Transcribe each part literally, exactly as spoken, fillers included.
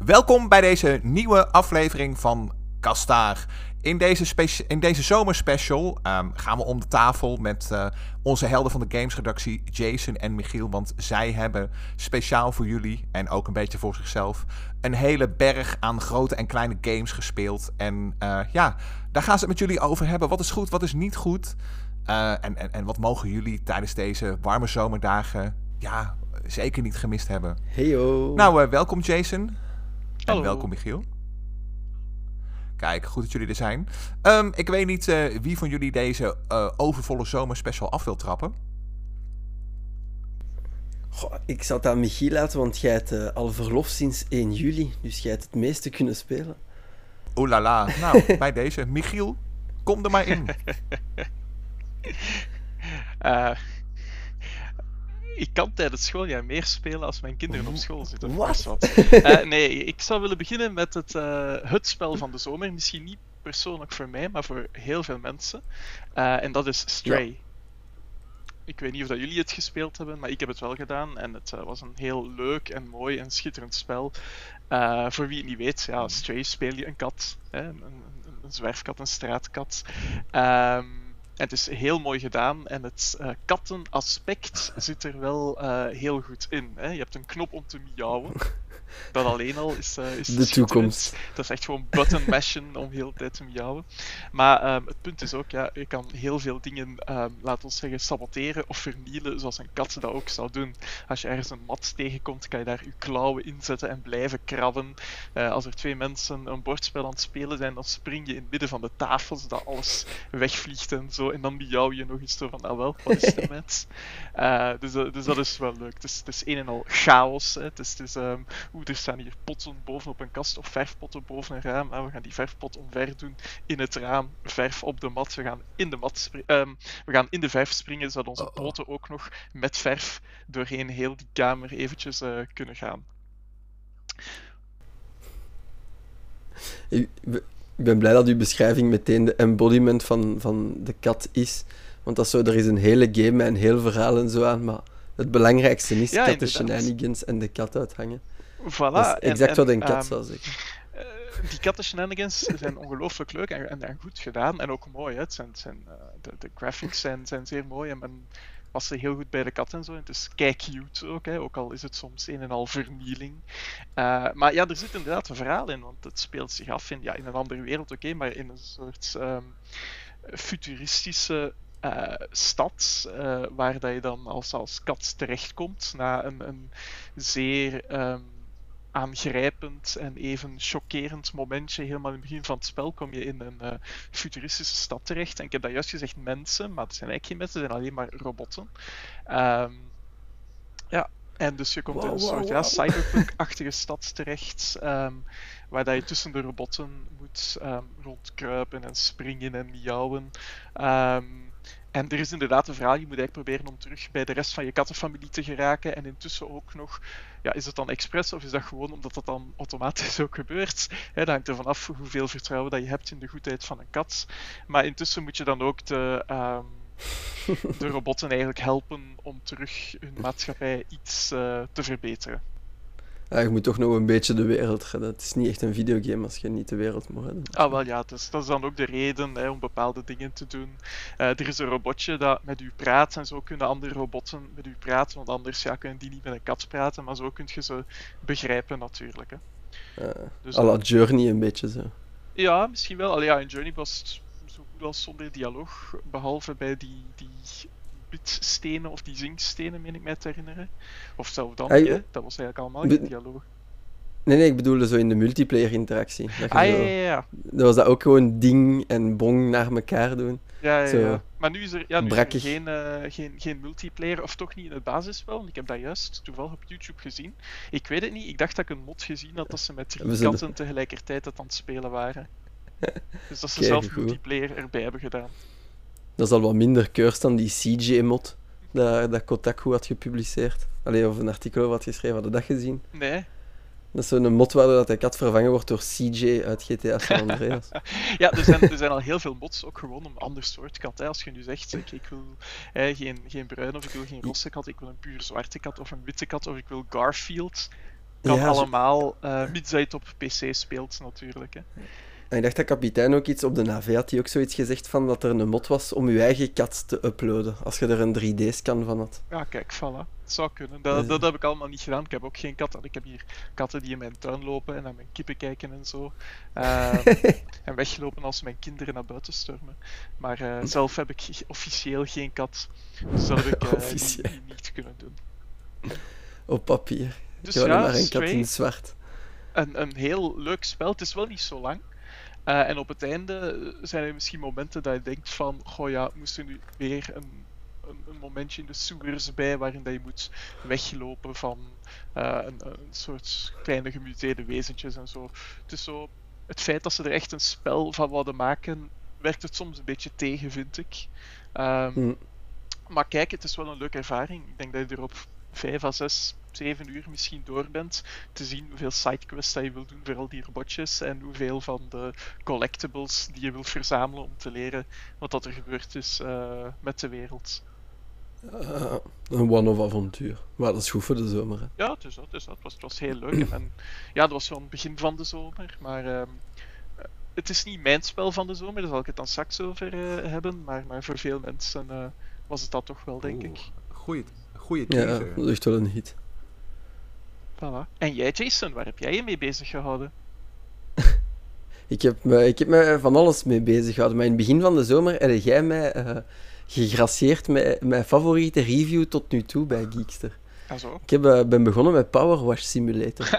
Welkom bij deze nieuwe aflevering van Kastaar. In deze, speci- in deze zomerspecial um, gaan we om de tafel met uh, onze helden van de gamesredactie Jason en Michiel. Want zij hebben speciaal voor jullie, en ook een beetje voor zichzelf, een hele berg aan grote en kleine games gespeeld. En uh, ja, daar gaan ze het met jullie over hebben. Wat is goed, wat is niet goed? Uh, en, en, en wat mogen jullie tijdens deze warme zomerdagen ja, zeker niet gemist hebben? Heyo. Nou, uh, welkom Jason. Hallo. En welkom Michiel. Kijk, goed dat jullie er zijn. Um, ik weet niet uh, wie van jullie deze uh, overvolle zomerspecial af wil trappen. Goh, ik zal het aan Michiel laten, want jij hebt uh, al verlof sinds één juli. Dus jij hebt het meeste kunnen spelen. Oeh la la. Nou, bij deze. Michiel, kom er maar in. uh, ik kan tijdens het schooljaar meer spelen als mijn kinderen op school zitten. Wat? wat. Uh, nee, ik zou willen beginnen met het, uh, het spel van de zomer. Misschien niet persoonlijk voor mij, maar voor heel veel mensen. Uh, en dat is Stray. Ja. Ik weet niet of dat jullie het gespeeld hebben, maar ik heb het wel gedaan. En het uh, was een heel leuk en mooi en schitterend spel. Uh, voor wie het niet weet, ja, Stray speel je een kat. Hè? Een, een, een zwerfkat, een straatkat. Um, En het is heel mooi gedaan en het uh, kattenaspect zit er wel uh, heel goed in. Hè? Je hebt een knop om te miauwen. Dat alleen al is, uh, is de toekomst. Dat is echt gewoon button mashen om heel de tijd te miauwen. Maar um, het punt is ook, ja, je kan heel veel dingen, um, laten we zeggen, saboteren of vernielen, zoals een kat dat ook zou doen. Als je ergens een mat tegenkomt, kan je daar je klauwen inzetten en blijven krabben. Uh, als er twee mensen een bordspel aan het spelen zijn, dan spring je in het midden van de tafel, zodat alles wegvliegt en zo. En dan miauw je nog eens zo van, ah wel, wat is er met? Uh, dus, uh, dus dat is wel leuk. Het is, het is een en al chaos. Hè. Het is, het is, um, oeh, er staan hier potten bovenop een kast of verfpotten boven een raam. Ah, we gaan die verfpot omver doen in het raam, verf op de mat. We gaan in de mat spri- um, we gaan in de verf springen, zodat onze poten ook nog met verf doorheen heel die kamer eventjes uh, kunnen gaan. Ik ben blij dat uw beschrijving meteen de embodiment van, van de kat is. Want dat is zo, er is een hele game met een heel verhaal en zo aan, maar het belangrijkste is ja, katten shenanigans en de kat uithangen. Voilà. Dat is exact en, wat een en, kat um, zou zeggen. Uh, die katten shenanigans zijn ongelooflijk leuk en, en, en goed gedaan. En ook mooi, hè. Het zijn, het zijn, uh, de, de graphics zijn, zijn zeer mooi en men passen heel goed bij de kat en zo. En het is kei cute ook, hè. Ook al is het soms een en al vernieling. Uh, maar ja, er zit inderdaad een verhaal in, want het speelt zich af in, ja, in een andere wereld, oké, okay, maar in een soort um, futuristische Uh, stad, uh, waar dat je dan als, als kat terechtkomt na een, een zeer um, aangrijpend en even chockerend momentje. Helemaal in het begin van het spel kom je in een uh, futuristische stad terecht. En ik heb dat juist gezegd mensen, maar het zijn eigenlijk geen mensen, het zijn alleen maar robotten. Um, ja, en dus je komt wow, in een soort wow, ja, wow. cyberpunk-achtige stad terecht, um, waar dat je tussen de robotten moet um, rondkruipen en springen en miauwen. Um, En er is inderdaad een verhaal, je moet eigenlijk proberen om terug bij de rest van je kattenfamilie te geraken. En intussen ook nog, ja, is het dan expres of is dat gewoon omdat dat dan automatisch ook gebeurt? He, dat hangt er vanaf hoeveel vertrouwen dat je hebt in de goedheid van een kat. Maar intussen moet je dan ook de, um, de robotten eigenlijk helpen om terug hun maatschappij iets uh, te verbeteren. Ja, je moet toch nog een beetje de wereld redden. Het is niet echt een videogame als je niet de wereld moet redden. Ah, wel ja, dus, dat is dan ook de reden hè, om bepaalde dingen te doen. Uh, er is een robotje dat met u praat en zo kunnen andere robotten met u praten, want anders ja, kunnen die niet met een kat praten, maar zo kun je ze begrijpen natuurlijk. Hè. Uh, dus, à la Journey een beetje zo. Ja, misschien wel. Allee, ja, in Journey was het zo goed als zonder dialoog, behalve bij die... die bitstenen of die zinkstenen, meen ik mij te herinneren. Of zelf dan niet, hè? Dat was eigenlijk allemaal geen dialoog. Nee, nee, ik bedoelde zo in de multiplayer interactie. Dat ah, zo, ja, ja, ja. Dat was dat ook gewoon ding en bong naar elkaar doen. Ja, ja, zo, ja. Maar nu is er, ja, nu is er geen, uh, geen, geen multiplayer, of toch niet in het basisspel. Want ik heb dat juist toevallig op YouTube gezien. Ik weet het niet, ik dacht dat ik een mod gezien had dat ze met drie zullen... katten tegelijkertijd het aan het spelen waren. Dus dat ze Kijk, zelf goed. multiplayer erbij hebben gedaan. Dat is al wat minder curse dan die C J-mod dat, dat Kotaku had gepubliceerd. Allee, of een artikel over had geschreven, had je dat gezien? Nee. Dat is zo'n mod waar dat de kat vervangen wordt door C J uit G T A San Andreas. Ja, er zijn, er zijn al heel veel mods ook gewoon om een ander soort kat. Hè. Als je nu zegt, ik, ik wil hè, geen, geen bruine of ik wil geen rosse kat, ik wil een puur zwarte kat of een witte kat of ik wil Garfield. kan Ja, zo- allemaal, uh, mits dat je het op P C speelt natuurlijk. Hè. En ik dacht dat kapitein ook iets op de N A V had hij ook zoiets gezegd van dat er een mod was om je eigen kat te uploaden. Als je er een drie D-scan van had. Ja, kijk, voilà. Het zou kunnen. Dat, Ja. dat heb ik allemaal niet gedaan. Ik heb ook geen kat. Ik heb hier katten die in mijn tuin lopen en naar mijn kippen kijken en zo. Ehm, en weglopen als mijn kinderen naar buiten stormen. Maar uh, zelf heb ik ge- officieel geen kat. Dus dat heb ik uh, Officieel. niet, niet kunnen doen. Op papier. Dus Ik heb alleen ja, maar een kat in Stray, het zwart. een, een heel leuk spel. Het is wel niet zo lang. Uh, en op het einde zijn er misschien momenten dat je denkt van, goh ja, moest er nu weer een, een, een momentje in de sewers bij waarin dat je moet weglopen van uh, een, een soort kleine gemuteerde wezentjes en zo. Dus zo, het feit dat ze er echt een spel van wilden maken, werkt het soms een beetje tegen, vind ik. Um, Hm. Maar kijk, het is wel een leuke ervaring. Ik denk dat je er op vijf à zes, zeven uur misschien door bent. Te zien hoeveel sidequests dat je wil doen voor al die robotjes. En hoeveel van de collectibles die je wilt verzamelen om te leren wat dat er gebeurd is uh, met de wereld. Uh, een one-off avontuur. Maar dat is goed voor de zomer. Hè. Ja, het is dat. Het, is dat. Het, was, het was heel leuk. En, en ja, dat was zo'n het begin van de zomer. Maar um, het is niet mijn spel van de zomer. Daar zal ik het dan straks over uh, hebben. Maar, maar voor veel mensen uh, was het dat toch wel, denk Oeh, ik. Goeie, goeie Ja, teaser. dat is echt wel een hit. Voilà. En jij, Jason, waar heb jij je mee bezig gehouden? Ik heb, me, ik heb me van alles mee bezig gehouden. Maar in het begin van de zomer heb jij mij uh, gegracieerd met mijn favoriete review tot nu toe bij Geekster. Ah, zo. Ik heb, uh, ben begonnen met Power Wash Simulator.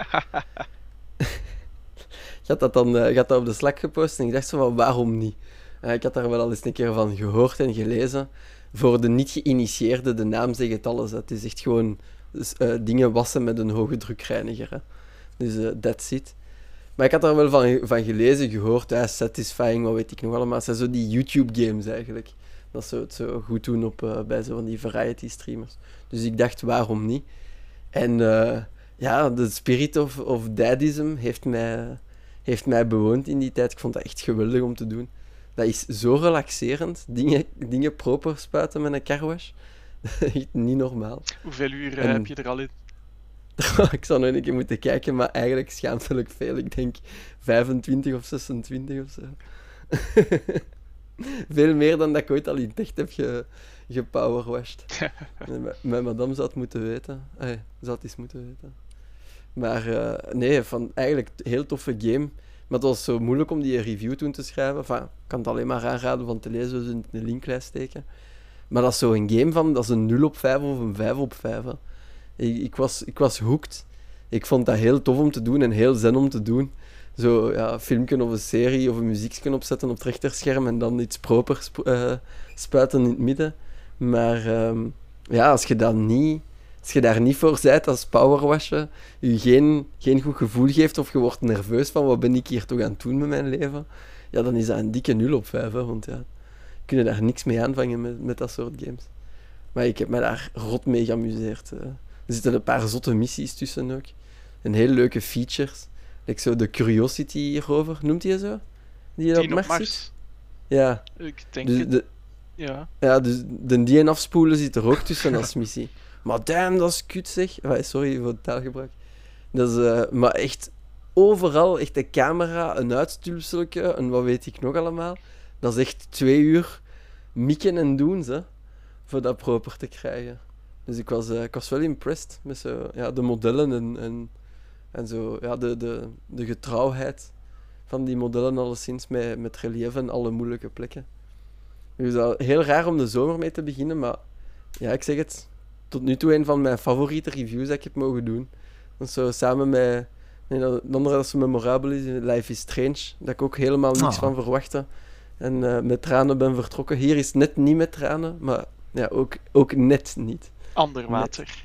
Ik had dat dan uh, ik had dat op de Slack gepost en ik dacht zo van, waarom niet? Uh, ik had daar wel al eens een keer van gehoord en gelezen. Voor de niet geïnitieerde, de naam zegt het alles. Hè. Het is echt gewoon dus, uh, dingen wassen met een hoge drukreiniger. Hè. Dus uh, that's it. Maar ik had daar wel van, van gelezen, gehoord. Ja, Satisfying, wat weet ik nog allemaal. Het zijn zo die YouTube-games eigenlijk. Dat ze het zo goed doen op, uh, bij zo van die variety-streamers. Dus ik dacht, waarom niet? En uh, ja, de spirit of, of dadism heeft mij, heeft mij bewoond in die tijd. Ik vond dat echt geweldig om te doen. Dat is zo relaxerend. Dingen, dingen proper spuiten met een carwash. Echt niet normaal. Hoeveel uur uh, En- heb je er al in? Ik zou nog een keer moeten kijken, maar eigenlijk schaamtelijk veel. Ik denk vijfentwintig of zesentwintig of zo. Veel meer dan dat ik ooit al in het echt heb ge, gepowerwashed. M- Mijn madame zou het moeten weten. Ay, zou het eens moeten weten. Maar uh, nee, van eigenlijk een heel toffe game. Maar het was zo moeilijk om die review toen te schrijven. Enfin, ik kan het alleen maar aanraden van te lezen, dus in de linklijst steken. Maar dat is zo'n game van, dat is een nul op vijf of een vijf op vijf. Hè. Ik, ik, was, ik was hooked. Ik vond dat heel tof om te doen en heel zen om te doen. Zo, ja, een filmpje of een serie of een muziekje opzetten op het rechterscherm en dan iets proper sp- uh, spuiten in het midden. Maar um, ja, als je, dat niet, als je daar niet voor bent als powerwashen, je geen, geen goed gevoel geeft of je wordt nerveus van wat ben ik hier toch aan het doen met mijn leven, ja, dan is dat een dikke nul op vijf. Hè, want ja, kun je daar niks mee aanvangen met, met dat soort games. Maar ik heb me daar rot mee geamuseerd. Uh. Er zitten een paar zotte missies tussen ook. En heel leuke features. Like zo de Curiosity rover, noemt hij zo? Die Tien op Mars, op Mars. zit? Ja. Ik denk Dus, het, de, ja. ja, dus de die en afspoelen zit er ook tussen als missie. Maar damn, dat is kut zeg. Ah, sorry voor het taalgebruik. Dat is, uh, maar echt overal, echt de camera, een uitstulpseltje en wat weet ik nog allemaal. Dat is echt twee uur mikken en doen ze, voor dat proper te krijgen. Dus ik was, uh, ik was wel impressed met zo, ja, de modellen en, en, en zo, ja, de, de, de getrouwheid van die modellen alleszins met, met relief en alle moeilijke plekken. Dus dat is heel raar om de zomer mee te beginnen, maar ja, ik zeg het, tot nu toe een van mijn favoriete reviews dat ik heb mogen doen. Dat is zo samen met, nee, dat, het andere dat zo memorabel is, Life is Strange, dat ik ook helemaal niks Oh. van verwachtte. En uh, met tranen ben vertrokken. Hier is het net niet met tranen, maar ja, ook, ook net niet. Ander water.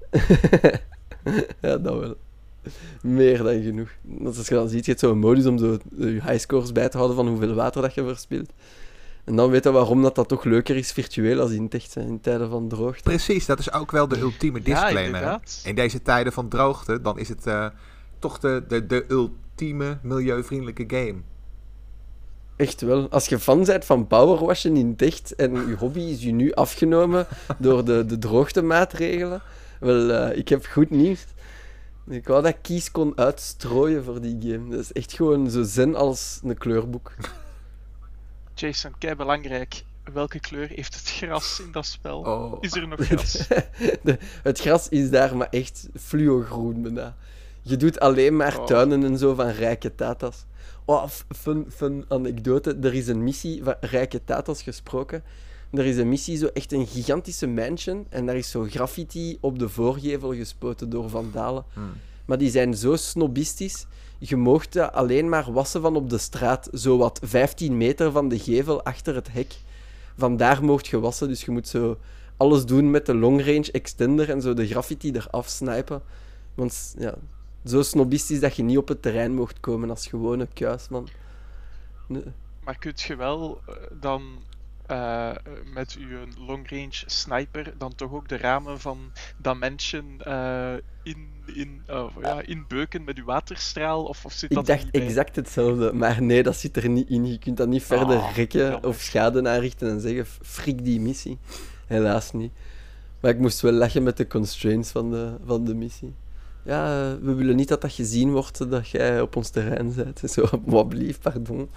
Ja, dat wel. Meer dan genoeg. Dat als je dan ziet, je hebt zo'n modus om zo je highscores bij te houden van hoeveel water dat je verspilt. En dan weet je waarom dat, dat toch leuker is virtueel als in het echt, hè, in tijden van droogte. Precies, dat is ook wel de ultieme Ja, disclaimer. hè. inderdaad. In deze tijden van droogte, dan is het uh, toch de, de, de ultieme milieuvriendelijke game. Echt wel. Als je fan bent van powerwashen in het echt en je hobby is je nu afgenomen door de, de droogtemaatregelen, wel, uh, ik heb goed nieuws. Ik wou dat ik kies kon uitstrooien voor die game. Dat is echt gewoon zo zen als een kleurboek. Jason, kei belangrijk. Welke kleur heeft het gras in dat spel? Oh. Is er nog gras? De, het gras is daar maar echt fluogroen bijna. Je doet alleen maar Oh. tuinen en zo van rijke tatas. Oh, f- fun, fun anekdote. Er is een missie van rijke tatas gesproken. Er is een missie, zo echt een gigantische mansion. En daar is zo graffiti op de voorgevel gespoten door vandalen. Hmm. Maar die zijn zo snobistisch. Je moogt dat alleen maar wassen van op de straat. Zo wat vijftien meter van de gevel achter het hek. Vandaar moogt je wassen. Dus je moet zo alles doen met de long range extender en zo de graffiti eraf snipen. Want ja, zo snobistisch dat je niet op het terrein mocht komen als gewone kuisman. Nee. Maar kun je wel eh, dan eh, met je long range sniper dan toch ook de ramen van dat mansion eh, in, in, uh, ja, inbeuken met je waterstraal? Of, of zit dat Ik er dacht niet bij? exact hetzelfde, maar nee, dat zit er niet in. Je kunt dat niet verder Ah, rekken jammer. of schade aanrichten en zeggen, frik die missie. Helaas niet. Maar ik moest wel lachen met de constraints van de, van de missie. Ja, eh, we willen niet dat dat gezien wordt dat jij op ons terrein bent. Zo, wat blieft, pardon.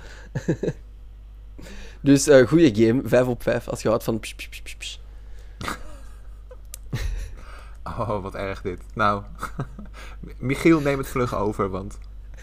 Dus, eh goede game, vijf op vijf, als je houdt van psh, psh, psh, psh, psh. Oh, wat erg dit. Nou, Michiel, neem het vlug over, want...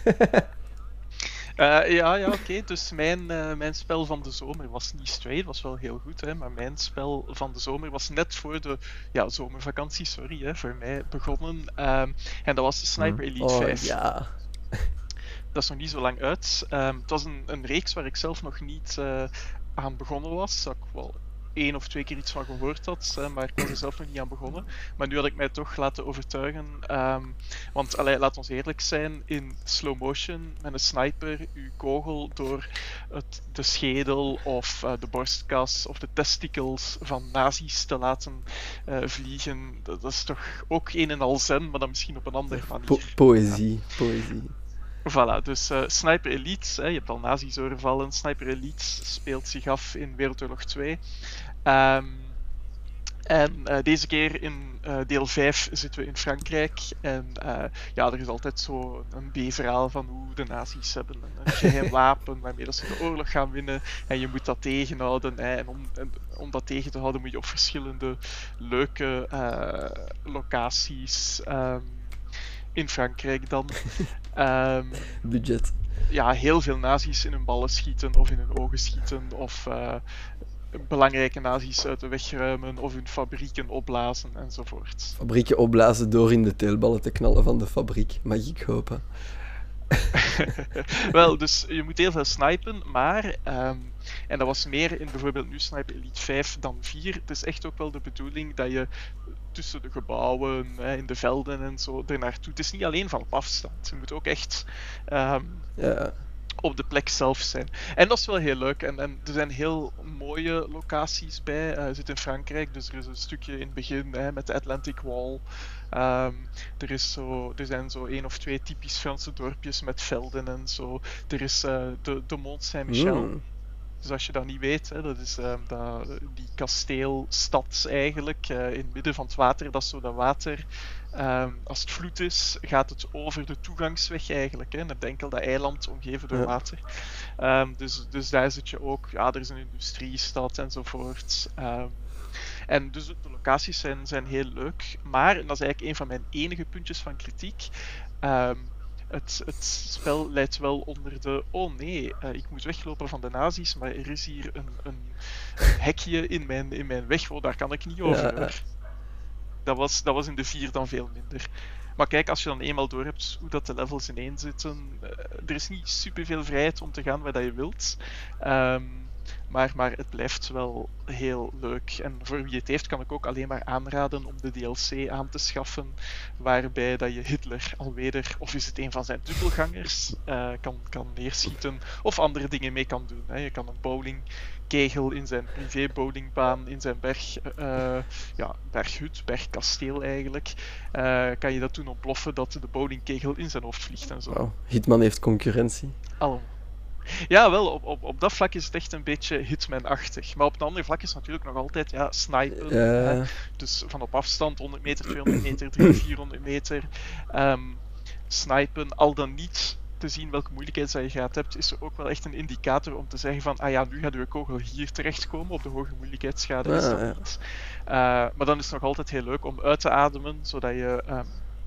Eh, ja, ja, oké. Dus mijn, eh, mijn spel van de zomer was niet Stray, was wel heel goed, hè, maar mijn spel van de zomer was net voor de ja, zomervakantie, sorry, hè, voor mij begonnen. Ehm, en dat was Sniper Elite Oh, vijf. ja. Dat is nog niet zo lang uit. Ehm, het was een, een reeks waar ik zelf nog niet eh, aan begonnen was. Dat ik wel één of twee keer iets van gehoord had, hè, maar ik was er zelf nog niet aan begonnen. Maar nu had ik mij toch laten overtuigen. ehm, want allee, laat ons eerlijk zijn, in slow motion met een sniper uw kogel door het, de schedel of eh, de borstkas of de testicles van nazi's te laten eh, vliegen, dat, dat is toch ook een en al zen, maar dan misschien op een andere manier. Po- poëzie, poëzie. Voilà, dus eh, Sniper Elite, hè, je hebt al nazi's horen vallen. Sniper Elite speelt zich af in Wereldoorlog twee. Ehm, en eh, deze keer in eh, deel vijf zitten we in Frankrijk. En eh, ja, er is altijd zo een B-verhaal van hoe de nazi's hebben een, een geheim wapen waarmee dat ze de oorlog gaan winnen. En je moet dat tegenhouden. Hè. En, om, en om dat tegen te houden moet je op verschillende leuke eh, locaties ehm, in Frankrijk dan. Ehm, Budget. ja, heel veel nazi's in hun ballen schieten of in hun ogen schieten of eh, belangrijke nazi's uit de weg ruimen of hun fabrieken opblazen enzovoort. Fabrieken opblazen door in de teelballen te knallen van de fabriek. Mag ik hopen. Wel, dus je moet heel veel snipen, maar, ehm, en dat was meer in bijvoorbeeld nu Sniper Elite vijf dan vier, het is echt ook wel de bedoeling dat je tussen de gebouwen, hè, in de velden en zo, er naartoe. Het is niet alleen van op afstand, je moet ook echt ehm, Ja. op de plek zelf zijn. En dat is wel heel leuk. En, en er zijn heel mooie locaties bij. Uh, je zit in Frankrijk, dus er is een stukje in het begin hè, met de Atlantic Wall. Um, er, is zo, er zijn zo één of twee typisch Franse dorpjes met velden en zo. Er is uh, de, de Mont Saint-Michel. Mm. Dus als je dat niet weet, hè, dat is um, dat, die kasteelstad eigenlijk, uh, in het midden van het water. Dat is zo dat water. Um, als het vloed is, gaat het over de toegangsweg eigenlijk. Hè, het enkel dat eiland omgeven door Ja. water. Um, dus, dus daar zit je ook. Ja, er is een industriestad enzovoort. Um, en dus de locaties zijn, zijn heel leuk. Maar, en dat is eigenlijk een van mijn enige puntjes van kritiek. Um, Het, het spel leidt wel onder de, oh nee, uh, ik moet weglopen van de nazi's, maar er is hier een, een, een hekje in mijn, in mijn weg, oh, daar kan ik niet over. Ja. hoor. Dat was, dat was in de vier dan veel minder. Maar kijk, als je dan eenmaal door hebt hoe dat de levels ineen zitten, uh, er is niet superveel vrijheid om te gaan waar dat je wilt. Um, maar, maar het blijft wel heel leuk. En voor wie het heeft, kan ik ook alleen maar aanraden om de D L C aan te schaffen, waarbij dat je Hitler alweer, of is het een van zijn dubbelgangers, uh, kan, kan neerschieten, of andere dingen mee kan doen. Hè. Je kan een bowlingkegel in zijn privé-bowlingbaan, in zijn berg, uh, ja, berghut, bergkasteel eigenlijk, uh, kan je dat doen ontploffen dat de bowlingkegel in zijn hoofd vliegt en zo. Wauw. Hitman heeft concurrentie. Allemaal. Ja, wel, op, op, op dat vlak is het echt een beetje Hitman-achtig. Maar op een ander vlak is het natuurlijk nog altijd ja, snipen. Uh... Hè? Dus van op afstand, honderd meter, tweehonderd meter, driehonderd, vierhonderd meter. Um, snipen, al dan niet te zien welke moeilijkheidsgraad je gaat hebt, is er ook wel echt een indicator om te zeggen van ah ja, nu gaat uw kogel hier terechtkomen, op de hoge moeilijkheidsschade is dat niet. Uh, maar dan is het nog altijd heel leuk om uit te ademen, zodat je um,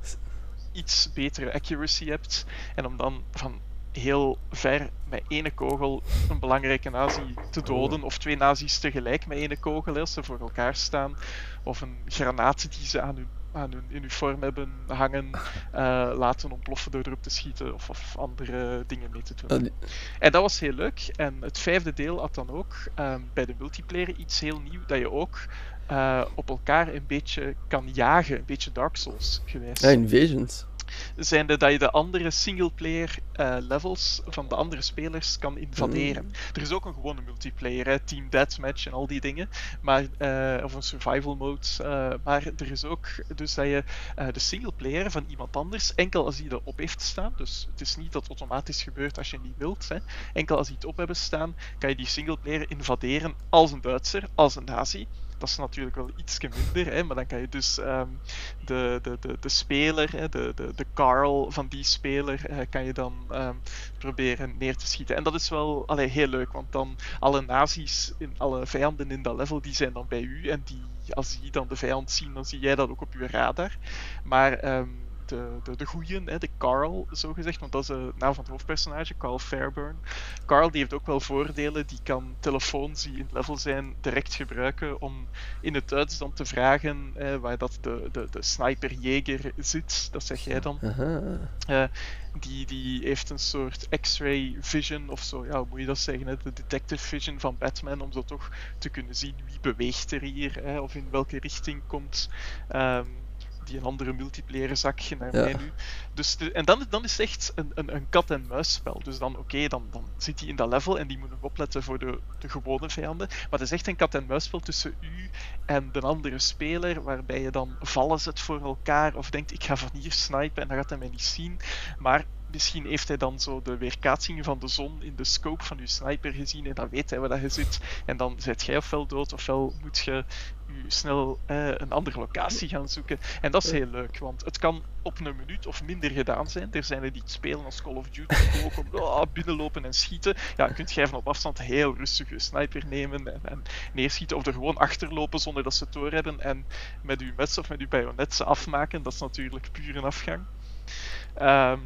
iets betere accuracy hebt. En om dan van heel ver met ene kogel een belangrijke nazi te doden, of twee nazi's tegelijk met ene kogel, als ze voor elkaar staan, of een granaat die ze aan hun, aan hun uniform hebben hangen, uh, laten ontploffen door erop te schieten, of, of andere dingen mee te doen. En dat was heel leuk. En het vijfde deel had dan ook um, bij de multiplayer iets heel nieuw, dat je ook uh, op elkaar een beetje kan jagen, een beetje Dark Souls geweest. Ja, Invasions. Zijnde dat je de andere singleplayer uh, levels van de andere spelers kan invaderen. Mm. Er is ook een gewone multiplayer, hè, Team Deathmatch en al die dingen, maar, uh, of een survival mode. Uh, maar er is ook dus dat je uh, de singleplayer van iemand anders, enkel als hij dat op heeft staan, dus het is niet dat het automatisch gebeurt als je niet wilt, hè, enkel als hij het op hebben staan, kan je die singleplayer invaderen als een Duitser, als een nazi. Dat is natuurlijk wel iets minder, hè, maar dan kan je dus um, de, de, de, de speler, hè, de, de, de Carl van die speler, uh, kan je dan um, proberen neer te schieten. En dat is wel allee, heel leuk, want dan alle nazi's, in, alle vijanden in dat level, die zijn dan bij u. En die, als die dan de vijand zien, dan zie jij dat ook op je radar. Maar um, de, de, de goeien, hè, de Carl, zogezegd, want dat is de naam van het hoofdpersonage, Carl Fairburn. Carl die heeft ook wel voordelen, die kan telefoons die in het level zijn direct gebruiken om in het Duits dan te vragen eh, waar dat de, de, de sniperjäger zit, dat zeg jij dan. Uh, die, die heeft een soort X-ray vision of zo, ja, hoe moet je dat zeggen, hè? De detective vision van Batman, om zo toch te kunnen zien wie beweegt er hier, hè, of in welke richting komt um, die een andere multiplayer zakje naar ja. mij nu. Dus de, en dan, dan is het echt een, een, een kat-en-muis spel. Dus dan, oké, okay, dan, dan zit hij in dat level en die moet nog opletten voor de, de gewone vijanden. Maar het is echt een kat-en-muis spel tussen u en de andere speler, waarbij je dan vallen zet voor elkaar of denkt, ik ga van hier snipen en dan gaat hij mij niet zien. Maar misschien heeft hij dan zo de weerkaatsing van de zon in de scope van je sniper gezien en dan weet hij waar dat je zit. En dan zit jij ofwel dood, ofwel moet je je snel eh, een andere locatie gaan zoeken. En dat is heel leuk, want het kan op een minuut of minder gedaan zijn. Er zijn er die het spelen als Call of Duty, ook om oh, binnenlopen en schieten. Ja, je kunt jij van op afstand heel rustig je sniper nemen en, en neerschieten, of er gewoon achterlopen zonder dat ze het doorhebben en met je mes of met je bajonet ze afmaken. Dat is natuurlijk puur een afgang. Um,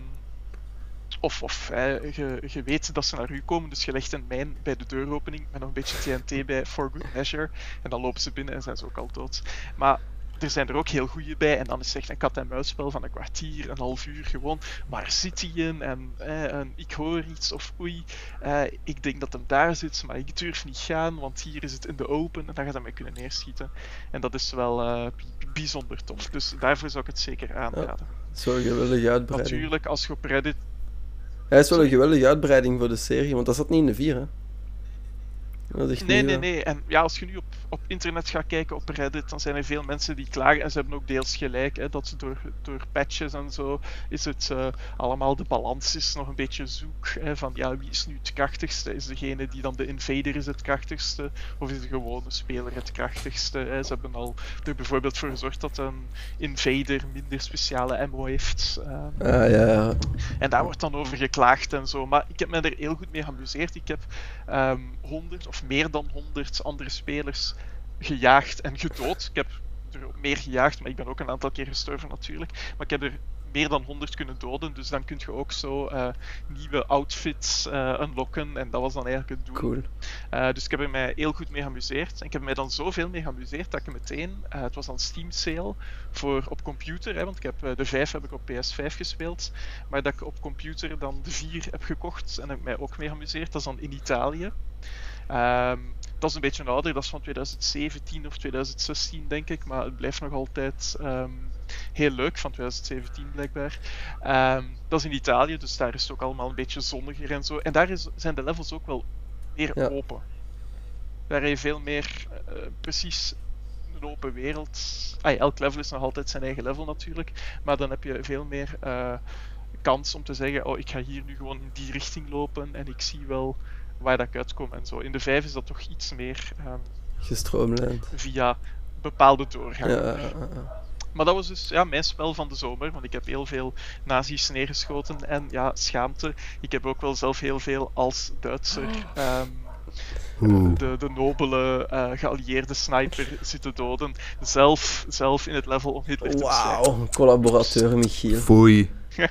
Of, of eh, je, je weet dat ze naar u komen, dus je legt een mijn bij de deuropening met nog een beetje T N T bij for good measure. En dan lopen ze binnen en zijn ze ook al dood. Maar er zijn er ook heel goede bij. En dan is het echt een kat-en-muisspel van een kwartier, een half uur gewoon. Waar zit hij in? En, eh, en ik hoor iets of oei, eh, ik denk dat hem daar zit, maar ik durf niet gaan, want hier is het in de open en dan gaat hij mij kunnen neerschieten. En dat is wel uh, bijzonder tof. Dus daarvoor zou ik het zeker aanraden. Ja, zo geweldige uitbreiding. Natuurlijk, als je op Reddit... Hij is wel een geweldige uitbreiding voor de serie, want dat zat niet in de vier, hè? Dat is echt nee, nieuw, nee, nee. En ja, als je nu op, op internet gaat kijken, op Reddit, dan zijn er veel mensen die klagen. En ze hebben ook deels gelijk, hè, dat ze door, door patches en zo, is het uh, allemaal, de balans is nog een beetje zoek. Hè, van ja, wie is nu het krachtigste? Is degene die dan de invader is het krachtigste? Of is de gewone speler het krachtigste? Hè? Ze hebben al er bijvoorbeeld voor gezorgd dat een invader minder speciale ammo heeft. Uh, ah, ja, ja. En daar wordt dan over geklaagd en zo. Maar ik heb me er heel goed mee geamuseerd. Ik heb um, honderd of meer dan honderd andere spelers gejaagd en gedood. Ik heb er meer gejaagd, maar ik ben ook een aantal keer gestorven natuurlijk. Maar ik heb er meer dan honderd kunnen doden, dus dan kun je ook zo uh, nieuwe outfits uh, unlocken en dat was dan eigenlijk het doel. Cool. Uh, dus ik heb er mij heel goed mee geamuseerd. En ik heb mij dan zoveel mee geamuseerd dat ik meteen, uh, het was dan Steam sale voor op computer, hè, want ik heb uh, de vijf heb ik op P S vijf gespeeld, maar dat ik op computer dan de vier heb gekocht en heb ik mij ook mee geamuseerd. Dat is dan in Italië. Um, dat is een beetje ouder, dat is van twintig zeventien of twintig zestien denk ik, maar het blijft nog altijd um, heel leuk, van twintig zeventien blijkbaar. Um, dat is in Italië, dus daar is het ook allemaal een beetje zonniger en zo. En daar is, zijn de levels ook wel meer ja. open. Daar heb je veel meer uh, precies een open wereld. Ah, elk level is nog altijd zijn eigen level natuurlijk, maar dan heb je veel meer uh, kans om te zeggen, oh, ik ga hier nu gewoon in die richting lopen en ik zie wel waar dat ik uitkom en zo. In de vijf is dat toch iets meer um, gestroomlijnd. Via bepaalde doorgangen. Ja, ja, ja. Maar dat was dus ja, mijn spel van de zomer, want ik heb heel veel nazi's neergeschoten en ja, schaamte. Ik heb ook wel zelf heel veel als Duitser um, de, de nobele uh, geallieerde sniper zitten doden. Zelf, zelf in het level om Hitler te bestrijden. Wauw, collaborateur Michiel. Foei.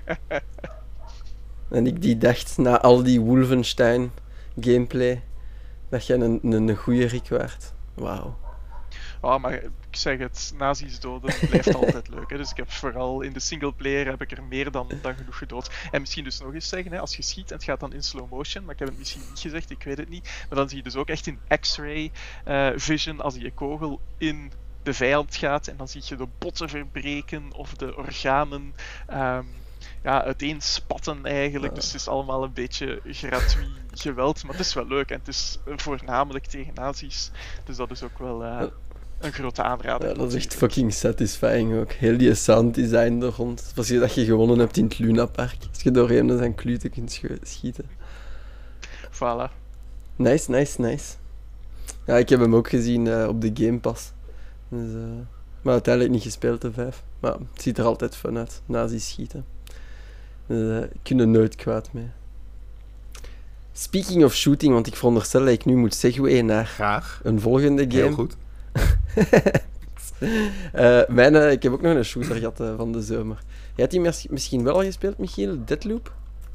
En ik die dacht, na al die Wolfenstein gameplay, dat jij een, een, een goede Rick waard. Wauw. Oh, maar ik zeg het, nazi's doden blijft altijd leuk. Hè? Dus ik heb vooral in de singleplayer heb ik er meer dan, dan genoeg gedood. En misschien dus nog eens zeggen, hè, als je schiet en het gaat dan in slow motion, maar ik heb het misschien niet gezegd, ik weet het niet, maar dan zie je dus ook echt in X-ray uh, vision als je kogel in de vijand gaat en dan zie je de botten verbreken of de organen um, ja, uiteenspatten eigenlijk. Dus het is allemaal een beetje gratuit geweld, maar het is wel leuk en het is voornamelijk tegen nazi's. Dus dat is ook wel... Uh, een grote aanrader. Ja, dat is echt fucking satisfying ook. Heel die sound design er rond. Als je dat je gewonnen hebt in het Luna Park. Als je doorheen met zijn kluten kunt schieten. Voilà. Nice, nice, nice. Ja, ik heb hem ook gezien uh, op de Game Pass. Dus, uh, maar uiteindelijk niet gespeeld, de vijf. Maar het ziet er altijd fun uit. Nazi's schieten. Dus, uh, ik kun er nooit kwaad mee. Speaking of shooting, want ik veronderstel dat ik nu moet segwayen naar Graag. een volgende game. Heel goed. uh, mijn, uh, ik heb ook nog een shooter gehad uh, van de zomer. Jij had die mis- misschien wel al gespeeld, Michiel? Deathloop?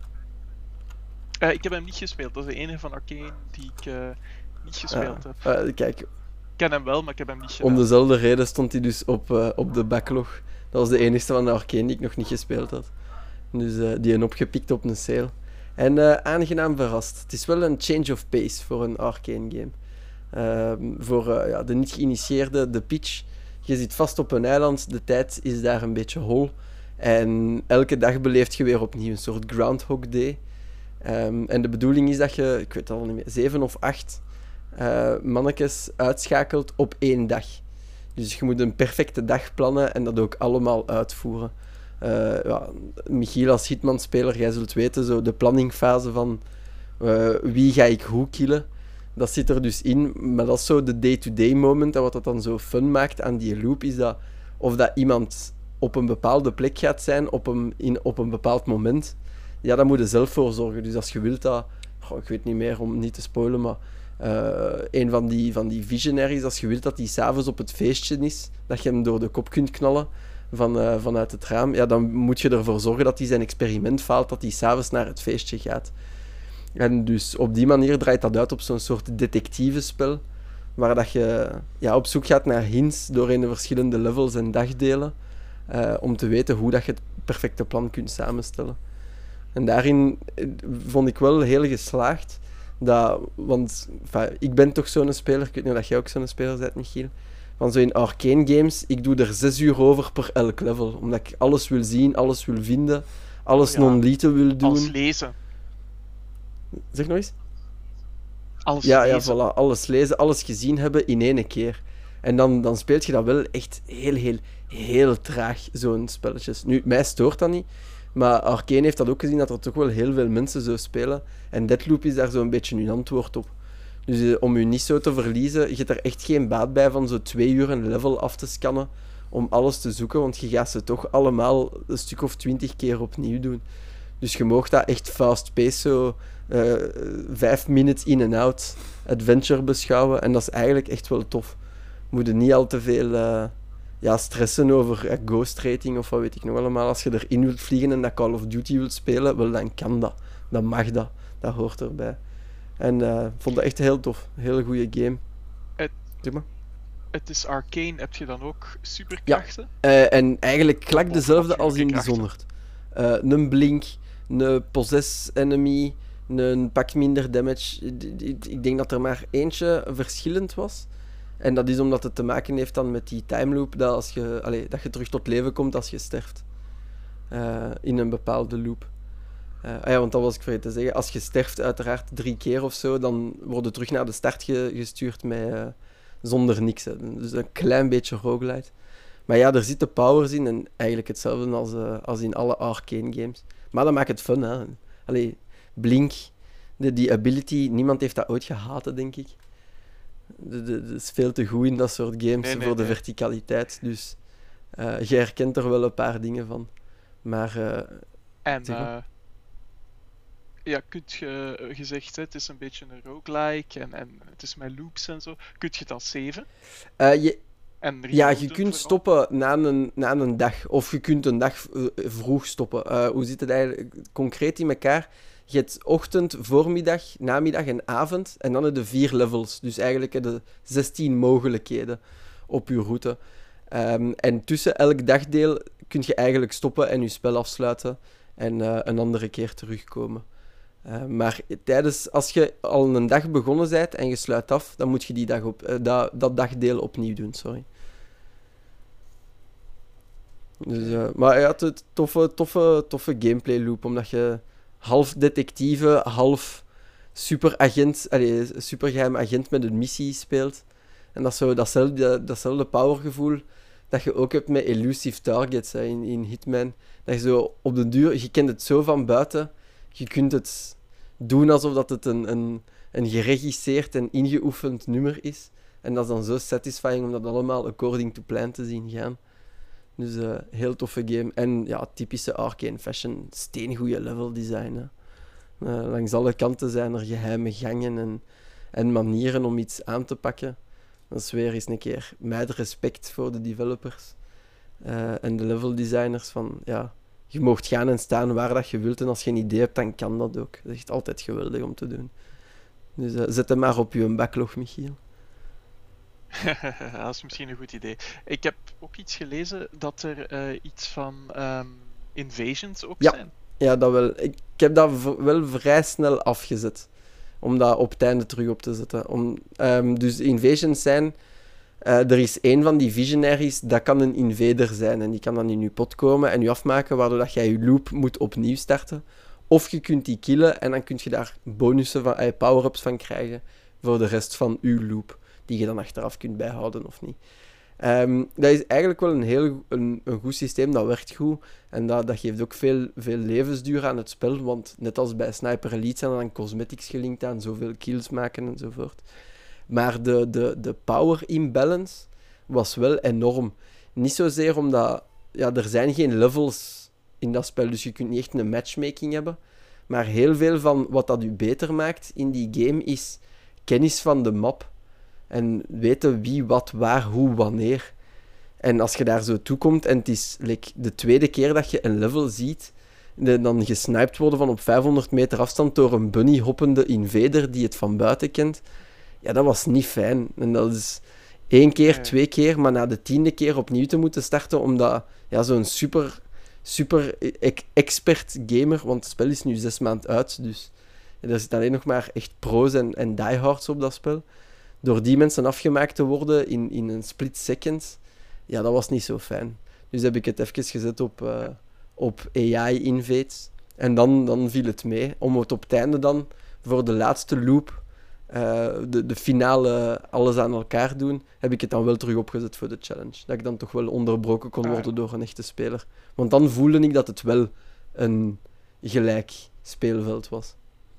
Uh, ik heb hem niet gespeeld. Dat is de enige van Arcane die ik uh, niet gespeeld uh, heb. Uh, kijk, ik ken hem wel, maar ik heb hem niet gedaan. om dezelfde reden stond hij dus op, uh, op de backlog. Dat was de enige van de Arcane die ik nog niet gespeeld had. Dus uh, die een opgepikt op een sale. En uh, aangenaam verrast. Het is wel een change of pace voor een Arcane game. Uh, voor uh, ja, de niet geïnitieerde, de pitch. Je zit vast op een eiland, de tijd is daar een beetje hol. En elke dag beleeft je weer opnieuw een soort Groundhog Day. Um, en de bedoeling is dat je, ik weet het al niet meer, zeven of acht uh, mannetjes uitschakelt op één dag. Dus je moet een perfecte dag plannen en dat ook allemaal uitvoeren. Uh, ja, Michiel als Hitman-speler, jij zult weten, zo de planningfase van uh, wie ga ik hoe killen. Dat zit er dus in, maar dat is zo de day-to-day moment. En wat dat dan zo fun maakt aan die loop, is dat of dat iemand op een bepaalde plek gaat zijn, op een, in, op een bepaald moment, ja, daar moet je zelf voor zorgen. Dus als je wilt dat, goh, ik weet niet meer om niet te spoilen, maar uh, een van die, van die visionaries, als je wilt dat die s'avonds op het feestje is, dat je hem door de kop kunt knallen van, uh, vanuit het raam, ja, dan moet je ervoor zorgen dat hij zijn experiment faalt, dat hij s'avonds naar het feestje gaat. En dus op die manier draait dat uit op zo'n soort detectivespel, waar dat je ja, op zoek gaat naar hints doorheen de verschillende levels en dagdelen, uh, om te weten hoe dat je het perfecte plan kunt samenstellen. En daarin vond ik wel heel geslaagd, dat, want enfin, ik ben toch zo'n speler, ik weet niet of jij ook zo'n speler bent, Michiel, van zo in Arcane games, ik doe er zes uur over per elk level, omdat ik alles wil zien, alles wil vinden, alles Oh ja, non-lethal wil doen. Alles lezen. Zeg nog eens? Alles Ja, lezen. ja, voilà. Alles lezen, alles gezien hebben in één keer. En dan, dan speelt je dat wel echt heel, heel, heel traag, zo'n spelletjes. Nu, mij stoort dat niet, maar Arcane heeft dat ook gezien, dat er toch wel heel veel mensen zo spelen. En Deathloop is daar zo'n beetje hun antwoord op. Dus eh, om je niet zo te verliezen, je hebt er echt geen baat bij van zo twee uur een level af te scannen om alles te zoeken, want je gaat ze toch allemaal een stuk of twintig keer opnieuw doen. Dus je mag dat echt fast-paced, zo uh, vijf minutes in en out adventure beschouwen. En dat is eigenlijk echt wel tof. Je moet er niet al te veel uh, ja, stressen over uh, ghost rating of wat weet ik nog allemaal. Als je erin wilt vliegen en dat Call of Duty wilt spelen, wel, dan kan dat. Dan mag dat. Dat hoort erbij. En uh, ik vond dat echt heel tof. Een hele goede game. Het, zeg maar. Het is Arcane. Heb je dan ook superkrachten? Ja. Uh, en eigenlijk klak Of dezelfde als in krachten. Dishonored. Uh, een blink, een possess enemy, een pak minder damage. Ik denk dat er maar eentje verschillend was. En dat is omdat het te maken heeft dan met die timeloop, dat, als je, allez, dat je terug tot leven komt als je sterft. Uh, in een bepaalde loop. Uh, ah ja, want dat was ik vergeten te zeggen. Als je sterft uiteraard drie keer of zo, dan word je terug naar de start ge- gestuurd met, uh, zonder niks. Hè. Dus een klein beetje roguelite. Maar ja, er zitten powers in en eigenlijk hetzelfde als, uh, als in alle Arcane games. Maar dat maakt het fun, hè. Allee, Blink, de, die ability, niemand heeft dat ooit gehaat, denk ik. Dat is veel te goed in dat soort games Nee, nee, voor de nee. verticaliteit. Dus uh, je herkent er wel een paar dingen van. Maar... Uh, En... zeg maar. Uh, ja, kunt je gezegd, hè, het is een beetje een roguelike en, en het is met loops en zo. Kun je dat saven? Uh, je... En ja, je kunt stoppen na een, na een dag. Of je kunt een dag uh, vroeg stoppen. Uh, hoe zit het eigenlijk concreet in elkaar? Je hebt ochtend, voormiddag, namiddag en avond. En dan heb je vier levels. Dus eigenlijk heb je zestien mogelijkheden op je route. Um, en tussen elk dagdeel kun je eigenlijk stoppen en je spel afsluiten. En uh, een andere keer terugkomen. Uh, maar tijdens, als je al een dag begonnen bent en je sluit af, dan moet je die dag op, uh, dat, dat dagdeel opnieuw doen. Sorry. Dus, uh, maar ja, het is toffe, toffe, toffe gameplay loop, omdat je half detectieve, half superagent, allez, supergeheim agent met een missie speelt. En dat is zo datzelfde, datzelfde powergevoel dat je ook hebt met elusive targets hè, in, in Hitman. Dat je zo op de duur, je kent het zo van buiten, je kunt het doen alsof dat het een, een, een geregisseerd en ingeoefend nummer is. En dat is dan zo satisfying om dat allemaal according to plan te zien gaan. Dus uh, heel toffe game. En ja, typische arcane fashion, steengoeie level design. Hè. Uh, langs alle kanten zijn er geheime gangen en, en manieren om iets aan te pakken. Dat is weer eens een keer met respect voor de developers uh, en de level designers. Van, ja, je mag gaan en staan waar dat je wilt en als je een idee hebt, dan kan dat ook. Dat is echt altijd geweldig om te doen. Dus uh, zet hem maar op je backlog, Michiel. Dat is misschien een goed idee. Ik heb ook iets gelezen dat er uh, iets van um, invasions ook ja. zijn. Ja, dat wel. Ik, ik heb dat v- wel vrij snel afgezet. Om dat op het einde terug op te zetten. Om, um, dus invasions zijn... Uh, er is één van die visionaries, dat kan een invader zijn. En die kan dan in je pot komen en je afmaken, waardoor dat jij je loop moet opnieuw starten. Of je kunt die killen en dan kun je daar bonussen van, uh, power-ups van krijgen voor de rest van je loop. Die je dan achteraf kunt bijhouden of niet. Um, dat is eigenlijk wel een heel een, een goed systeem, dat werkt goed. En dat, dat geeft ook veel, veel levensduur aan het spel, want net als bij Sniper Elite zijn er dan cosmetics gelinkt aan, zoveel kills maken enzovoort. Maar de, de, de power imbalance was wel enorm. Niet zozeer omdat... Ja, er zijn geen levels in dat spel, dus je kunt niet echt een matchmaking hebben. Maar heel veel van wat dat u beter maakt in die game is kennis van de map. En weten wie, wat, waar, hoe, wanneer. En als je daar zo toe komt en het is like, de tweede keer dat je een level ziet, de, dan gesniped worden van op vijfhonderd meter afstand door een bunny-hoppende invader die het van buiten kent. Ja, dat was niet fijn. En dat is één keer, Nee. twee keer, maar na de tiende keer opnieuw te moeten starten, omdat ja, zo'n super, super expert gamer, want het spel is nu zes maanden uit, dus er zitten alleen nog maar echt pro's en, en diehards op dat spel. Door die mensen afgemaakt te worden in, in een split second, ja, dat was niet zo fijn. Dus heb ik het even gezet op, uh, op A I invades. En dan, dan viel het mee. Om het op het einde dan, voor de laatste loop, uh, de, de finale alles aan elkaar doen, heb ik het dan wel terug opgezet voor de challenge. Dat ik dan toch wel onderbroken kon worden door een echte speler. Want dan voelde ik dat het wel een gelijk speelveld was.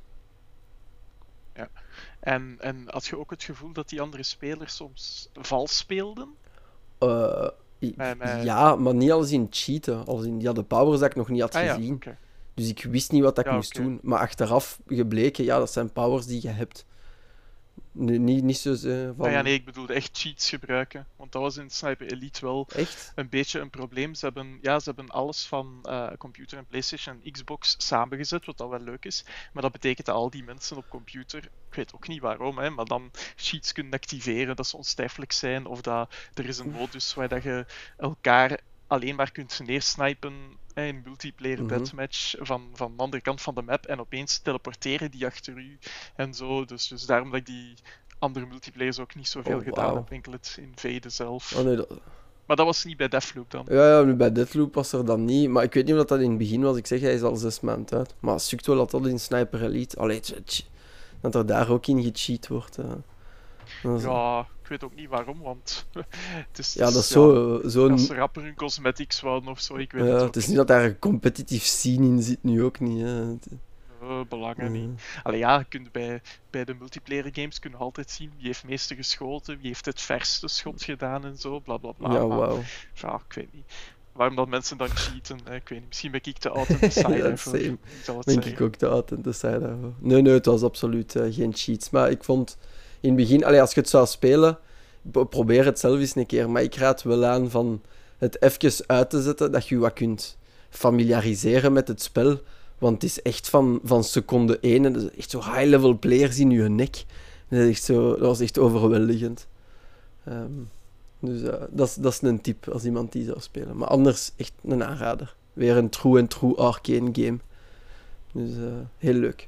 Ja. En, en had je ook het gevoel dat die andere spelers soms vals speelden? Uh, Bij mij... Ja, maar niet als in cheaten. Als in, die hadden powers dat ik nog niet had ah, gezien. Ja, okay. Dus ik wist niet wat ik ja, moest okay. doen. Maar achteraf gebleken, ja, dat zijn powers die je hebt. Nee, niet, niet zo uh, van... Ah, ja, nee, ik bedoelde echt cheats gebruiken. Want dat was in Sniper Elite wel echt? een beetje een probleem. Ze hebben, ja, ze hebben alles van uh, computer en PlayStation en Xbox samengezet, wat dat wel leuk is. Maar dat betekent dat al die mensen op computer, ik weet ook niet waarom, hè, maar dan cheats kunnen activeren, dat ze onsterfelijk zijn. Of dat er is een modus waar dat je elkaar alleen maar kunt neersnipen hè, in multiplayer Mm-hmm. deathmatch van, van de andere kant van de map en opeens teleporteren die achter u en zo. Dus, dus daarom dat ik die andere multiplayers ook niet zoveel oh, gedaan wow. heb, enkel het invaden zelf. Oh, nee, dat... Maar dat was niet bij Deathloop dan? Ja, ja, nu bij Deathloop was er dan niet. Maar ik weet niet of dat in het begin was. Ik zeg, hij is al zes maanden uit. Maar het sukt wel dat dat in Sniper Elite... Allee, dat er daar ook in gecheat wordt. Uh. Dat is... Ja, ik weet ook niet waarom, want het is, Ja, het dat is, is zo... zo'n... als ze rapper hun cosmetics wouden of zo, ik weet Ja, het het ook is niet. niet dat daar een competitief scene in zit, nu ook niet. Hè. Het- Uh, belangen niet. eh, Allee ja, je kunt bij, bij de multiplayer games kun je altijd zien wie heeft het meeste geschoten, wie heeft het verste schot gedaan en zo, bla bla bla. ja, maar wauw. ja, ik weet niet. Waarom dat mensen dan cheaten, eh, ik weet niet. Misschien ben ik te oud en te saai Ja, daarvoor. same. Ik zal het Denk zeggen. ik ook te oud en te saai daarvoor. Nee, nee, het was absoluut eh, geen cheats. Maar ik vond in het begin, allee, als je het zou spelen, p- probeer het zelf eens een keer. Maar ik raad wel aan van het even uit te zetten, dat je je wat kunt familiariseren met het spel. Want het is echt van, van seconde één. En dat is echt zo high-level players in je nek. Dat, is echt zo, dat was echt overweldigend. Ehm, dus eh, dat, is, dat is een tip als iemand die zou spelen. Maar anders echt een aanrader. Weer een true and true arcane game. Dus eh, heel leuk.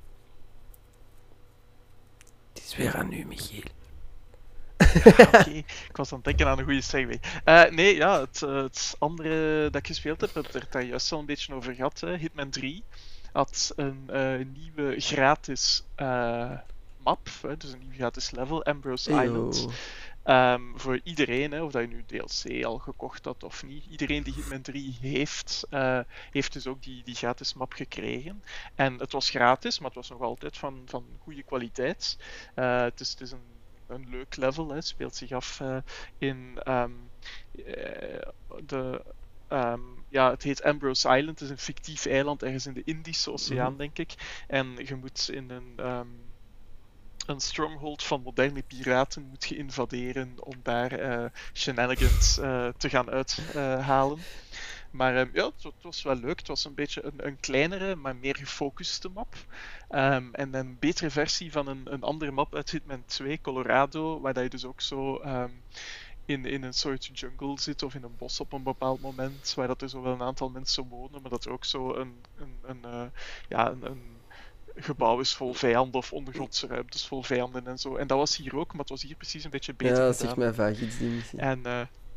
Het is weer aan u, Michiel. Oké, ik was aan het denken aan een goede segue. Eh, nee, ja, het, eh, het andere dat ik gespeeld heb, heb ik het daar juist al een beetje over gehad. Hè. Hitman drie had een eh, nieuwe gratis eh, map, hè, dus een nieuw gratis level, Ambrose Island. Eyo. Ehm, voor iedereen, hè, of dat je nu D L C al gekocht had of niet, iedereen die Hitman drie heeft, eh, heeft dus ook die, die gratis map gekregen. En het was gratis, maar het was nog altijd van, van goede kwaliteit. Eh, het, is, het is een, een leuk level, hè. Het speelt zich af eh, in ehm, eh, de... ehm, ja, het heet Ambrose Island, het is een fictief eiland ergens in de Indische Oceaan, Mhm. denk ik. En je moet in een... ehm, een stronghold van moderne piraten moet je invaderen om daar eh, shenanigans eh, te gaan uithalen. Maar ehm, ja, het, het was wel leuk. Het was een beetje een, een kleinere, maar meer gefocuste map. Ehm, en een betere versie van een, een andere map uit Hitman twee, Colorado, waar dat je dus ook zo ehm, in, in een soort jungle zit of in een bos op een bepaald moment, waar dat er zo wel een aantal mensen wonen, maar dat er ook zo een, een, een, eh, ja, een, een gebouw is vol vijanden of ondergrondse ruimtes vol vijanden en zo. En dat was hier ook, maar het was hier precies een beetje beter Ja, dat gedaan. zegt mij vaak iets, die missie. En, uh,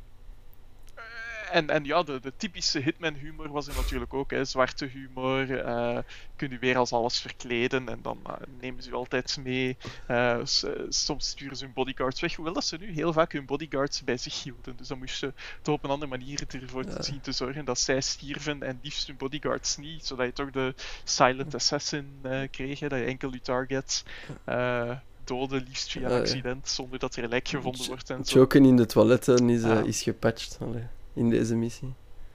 en, en ja, de, de typische Hitman-humor was er natuurlijk ook. Hè. Zwarte humor, uh, kun je weer als alles verkleden en dan uh, nemen ze u altijd mee. Uh, s- soms sturen ze hun bodyguards weg, hoewel dat ze nu heel vaak hun bodyguards bij zich hielden. Dus dan moest je toch op een andere manier ervoor Ja. zien te zorgen dat zij stierven en liefst hun bodyguards niet, zodat je toch de silent assassin uh, kreeg, hè, dat je enkel je target uh, doden, liefst via een Ah, ja. accident, zonder dat er een lijk gevonden Ch- wordt en zo. Choken in de toiletten is, uh, Ah. is gepatcht allee, in deze missie.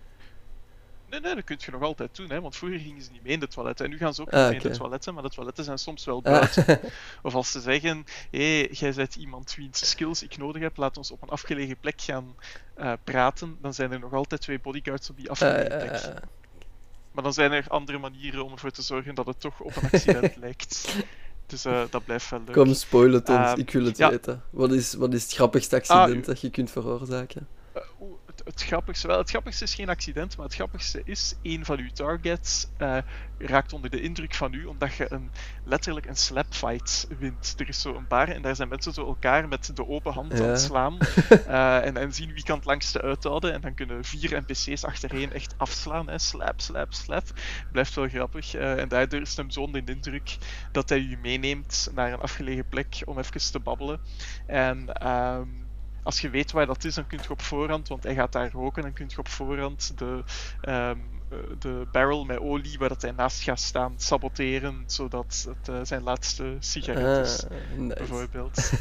Nee, nee, dat kun je nog altijd doen, hè, want vroeger gingen ze niet mee in de toiletten. En nu gaan ze ook Ah, niet mee in oké. de toiletten, maar de toiletten zijn soms wel Ah, buiten. Of als ze zeggen, hé, hey, jij bent iemand wiens skills ik nodig heb, laat ons op een afgelegen plek gaan uh, praten, dan zijn er nog altijd twee bodyguards op die afgelegen ah, plek. ah, ah. Maar dan zijn er andere manieren om ervoor te zorgen dat het toch op een accident lijkt. Dus uh, dat blijft wel leuk. Kom, spoil het ons, Um, ik wil het ja. weten. Wat is, wat is het grappigste accident Ah, dat je kunt veroorzaken? Uh, oeh, het, het grappigste, wel, het grappigste is geen accident, maar het grappigste is, een van uw targets uh, raakt onder de indruk van u, omdat je een, letterlijk een slapfight wint. Er is zo een paar en daar zijn mensen zo elkaar met de open hand Ja. aan het slaan uh, en, en zien wie kan het langste uithouden en dan kunnen vier N P C's achtereen echt afslaan, hè. Slap, slap, slap. Blijft wel grappig uh, en daardoor is hem zo onder de indruk dat hij u meeneemt naar een afgelegen plek om even te babbelen. En um, als je weet waar dat is, dan kun je op voorhand, want hij gaat daar roken, dan kun je op voorhand de, um, de barrel met olie waar dat hij naast gaat staan saboteren, zodat het uh, zijn laatste sigaret is, Ah, nice. bijvoorbeeld.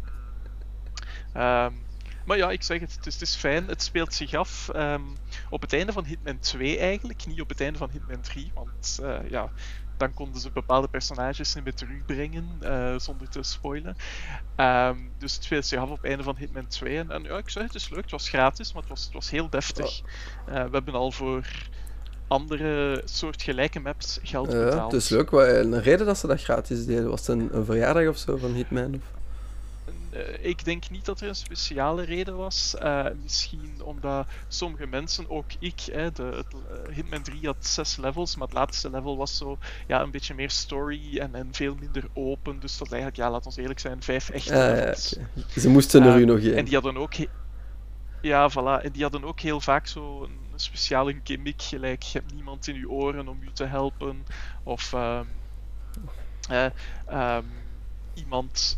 um, maar ja, ik zeg het, het is, het is fijn, het speelt zich af um, op het einde van Hitman twee eigenlijk, niet op het einde van Hitman drie, want uh, ja, dan konden ze bepaalde personages niet meer terugbrengen, uh, zonder te spoilen. Um, dus het speelt zich af op het einde van Hitman twee. En, en ja, ik zeg het is leuk, het was gratis, maar het was, het was heel deftig. Uh, we hebben al voor andere soortgelijke maps geld Ja, betaald. het is leuk. Wat, een reden dat ze dat gratis deden, was het een, een verjaardag of zo van Hitman? Of? Uh, ik denk niet dat er een speciale reden was. Uh, misschien omdat sommige mensen, ook ik, hè, de, het, uh, Hitman drie had zes levels, maar het laatste level was zo ja, een beetje meer story en, en veel minder open. Dus dat eigenlijk, ja, laat ons eerlijk zijn, vijf echte Ah, ja, levels. okay. Ze moesten er Uh, u nog één. En die hadden ook... He- ja, voilà. En die hadden ook heel vaak zo een, een speciale gimmick, gelijk je hebt niemand in je oren om je te helpen. Of um, uh, um, iemand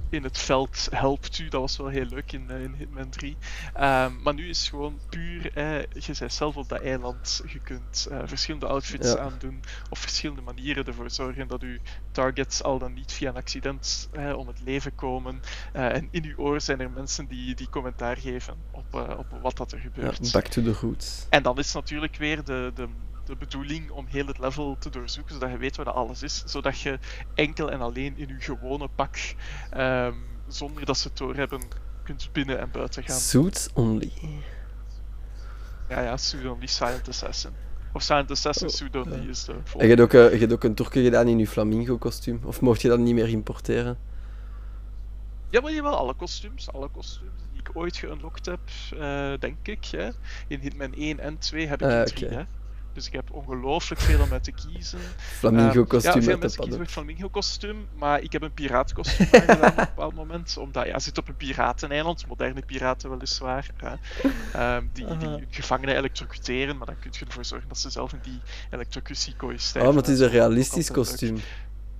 in het veld helpt u. Dat was wel heel leuk in, uh, in Hitman drie. Um, maar nu is het gewoon puur, eh, je bent zelf op dat eiland, je kunt uh, verschillende outfits Ja. aandoen, op verschillende manieren ervoor zorgen dat uw targets al dan niet via een accident eh, om het leven komen. Uh, en in uw oor zijn er mensen die, die commentaar geven op, uh, op wat dat er Ja, gebeurt. back to the roots. En dan is het natuurlijk weer de, de, de bedoeling om heel het level te doorzoeken, zodat je weet waar dat alles is. Zodat je enkel en alleen in je gewone pak, um, zonder dat ze het doorhebben, kunt binnen en buiten gaan. Suits only. Ja, ja, Pseudo-only Silent Assassin. Of Silent Assassin Oh, Pseudo-only ja. is de En je volgende. hebt ook, uh, je hebt ook een toerke gedaan in je flamingo-kostuum. Of mocht je dat niet meer importeren? Ja, maar je wel alle kostuums, alle kostuums die ik ooit geunlocked heb, uh, denk ik. Hè. In Hitman één en twee heb ik Ah, in oké. drie, hè. Dus ik heb ongelooflijk veel om uit te kiezen. Flamingo-kostuum Um, ja, veel uit de mensen kiezen voor paddock. het flamingo-kostuum, maar ik heb een piraatkostuum aangedaan op een bepaald moment. Omdat ja, je zit op een pirateneiland, moderne piraten weliswaar, hè, um, die, die Aha. gevangenen elektrocuteren, maar dan kun je ervoor zorgen dat ze zelf in die elektrocutiekooi Oh, sterven. maar het is en een zo. Dat is ook realistisch altijd leuk. kostuum.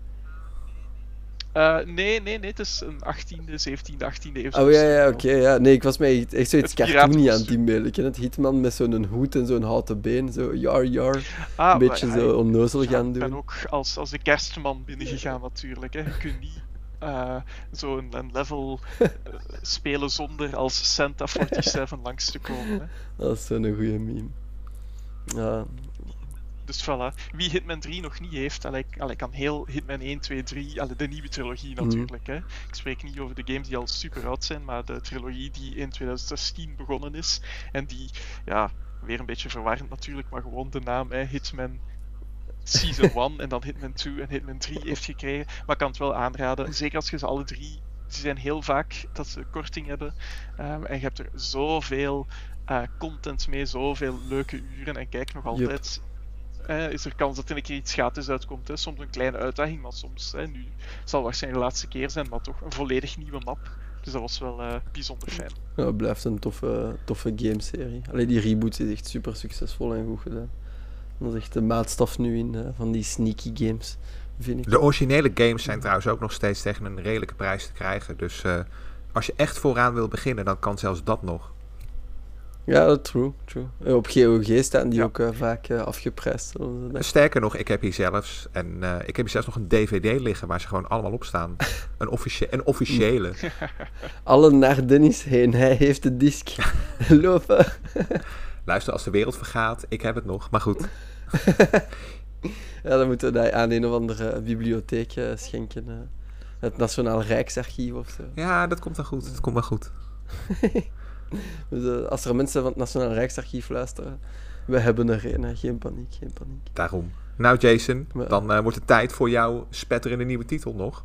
Uh, nee, nee, nee, het is een achttiende, zeventiende, achttiende eeuwse Oh ja, kostuum ja, wel. oké, ja. Nee, ik was mij echt, echt zoiets Het cartoony aan het piratenkostuum. inbeelden. Ik ken het Hitman met zo'n hoed en zo'n houten been, zo jar jar. Ah, Een beetje maar ja, zo ik- onnozel ja, gaan ik ben doen. ook als, als de kerstman binnengegaan natuurlijk. Hè. Je kunt niet uh, zo'n een level uh, spelen zonder als Santa zevenenveertig langs te komen. Hè. Dat is zo'n goede meme. Ja, Dus voilà. Wie Hitman drie nog niet heeft, allee, allee, kan heel Hitman één, twee, drie, allee, de nieuwe trilogie Mhm. natuurlijk. Hè. Ik spreek niet over de games die al super oud zijn, maar de trilogie die in twintig zestien begonnen is. En die, ja, weer een beetje verwarrend natuurlijk, maar gewoon de naam hè, Hitman Season één en dan Hitman twee en Hitman drie heeft gekregen. Maar ik kan het wel aanraden, zeker als je ze alle drie... Ze zijn heel vaak dat ze korting hebben. Um, en je hebt er zoveel uh, content mee, zoveel leuke uren. En kijk, nog altijd uh, is er kans dat er een keer iets gratis uitkomt. Hè. Soms een kleine uitdaging, maar soms... Hè, nu zal waarschijnlijk de laatste keer zijn, maar toch een volledig nieuwe map. Dus dat was wel uh, bijzonder fijn. ja, het blijft een toffe, toffe gameserie. Allee, die reboot is echt super succesvol en goed gedaan. Dat is echt de maatstaf nu in uh, van die sneaky games, vind ik. De originele games zijn trouwens ook nog steeds tegen een redelijke prijs te krijgen. Dus uh, als je echt vooraan wil beginnen, dan kan zelfs dat nog. Ja, true, true. Uh, op G O G staan die Ja. ook uh, vaak uh, afgeprijsd. Uh, Sterker nog, ik heb hier zelfs, en uh, ik heb hier zelfs nog een D V D liggen waar ze gewoon allemaal op staan. Een, officie- een officiële. Alle naar Dennis heen, hij heeft de disc. Lopen. Luister, als de wereld vergaat, ik heb het nog, maar goed. Ja, dan moeten we dat aan een of andere bibliotheek uh, schenken. Uh, het Nationaal Rijksarchief of zo. Ja, dat komt wel goed, dat komt wel goed. Dus uh, als er mensen van het Nationaal Rijksarchief luisteren, we hebben er een, hè. Geen paniek, geen paniek. Daarom. Nou Jason, Maar- dan uh, wordt het tijd voor jouw spetterende nieuwe titel nog.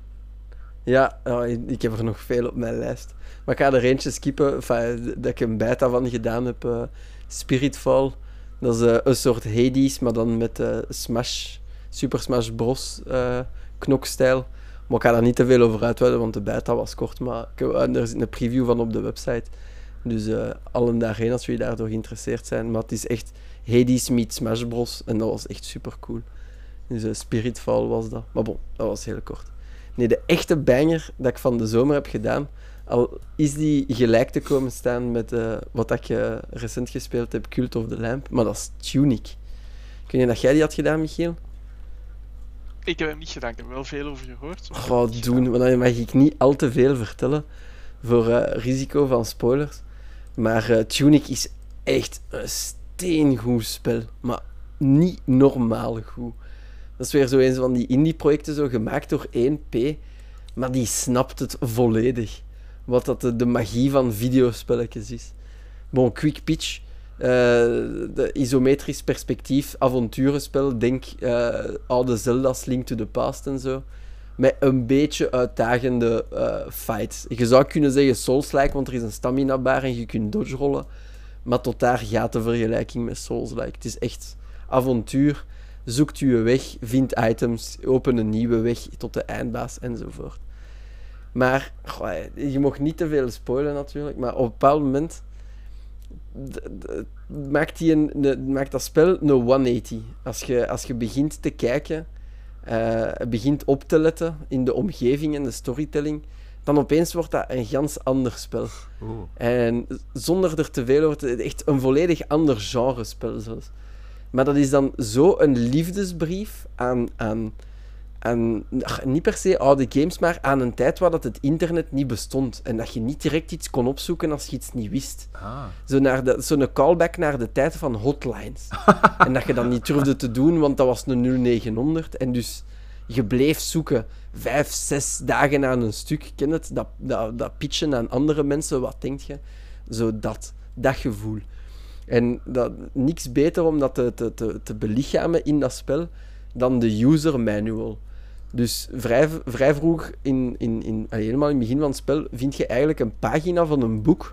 Ja, oh, ik heb er nog veel op mijn lijst. Maar ik ga er eentje skippen, enfin, dat ik een beta van gedaan heb. Uh, Spiritfall. Dat is uh, een soort Hades, maar dan met uh, Smash, Super Smash Bros. Uh, knokstijl. Maar ik ga daar niet te veel over uitweiden, want de beta was kort. Maar ik, uh, er zit een preview van op de website. Dus uh, allen daarheen als jullie daardoor geïnteresseerd zijn. Maar het is echt Hades meets Smash Bros. En dat was echt super cool. Dus uh, Spiritfall was dat. Maar bon, dat was heel kort. Nee, de echte banger dat ik van de zomer heb gedaan, al is die gelijk te komen staan met uh, wat ik uh, recent gespeeld heb, Cult of the Lamp, maar dat is Tunic. Ik weet niet dat jij die had gedaan, Michiel? Ik heb hem niet gedaan, ik heb er wel veel over gehoord. maar ik heb Goh, hem niet doen, gedaan. want dan mag ik niet al te veel vertellen voor uh, risico van spoilers. Maar uh, Tunic is echt een steengoed spel, maar niet normaal goed. Dat is weer zo een van die indie-projecten, zo gemaakt door één P, maar die snapt het volledig. Wat dat de, de magie van videospelletjes is. Bon, quick pitch. Uh, de isometrisch perspectief, avonturenspel. Denk uh, oude Zelda's Link to the Past en zo. Met een beetje uitdagende uh, fights. Je zou kunnen zeggen Souls-like, want er is een stamina bar en je kunt dodge rollen. Maar tot daar gaat de vergelijking met Souls-like. Het is echt avontuur. Zoekt je weg, vindt items, open een nieuwe weg tot de eindbaas enzovoort. Maar, goh, je mag niet te veel spoilen natuurlijk, maar op een bepaald moment d- d- maakt, die een, een, maakt dat spel een honderdtachtig. Als je, als je begint te kijken, uh, begint op te letten in de omgeving en de storytelling, dan opeens wordt dat een gans ander spel. Oeh. En zonder er te veel over te... Echt een volledig ander genrespel zelfs. Maar dat is dan zo een liefdesbrief aan... aan aan, ach, niet per se oude games, maar aan een tijd waar dat het internet niet bestond. En dat je niet direct iets kon opzoeken als je iets niet wist. Ah. Zo naar de, zo'n callback naar de tijd van hotlines. En dat je dat niet durfde te doen, want dat was een nul negenhonderd. En dus je bleef zoeken. Vijf, zes dagen aan een stuk. Ken het? Dat, dat, dat pitchen aan andere mensen. Wat denk je? Zo dat. Dat gevoel. En dat, niks beter om dat te, te, te, te belichamen in dat spel dan de user manual. Dus vrij, vrij vroeg, in, in, in, helemaal in het begin van het spel, vind je eigenlijk een pagina van een boek.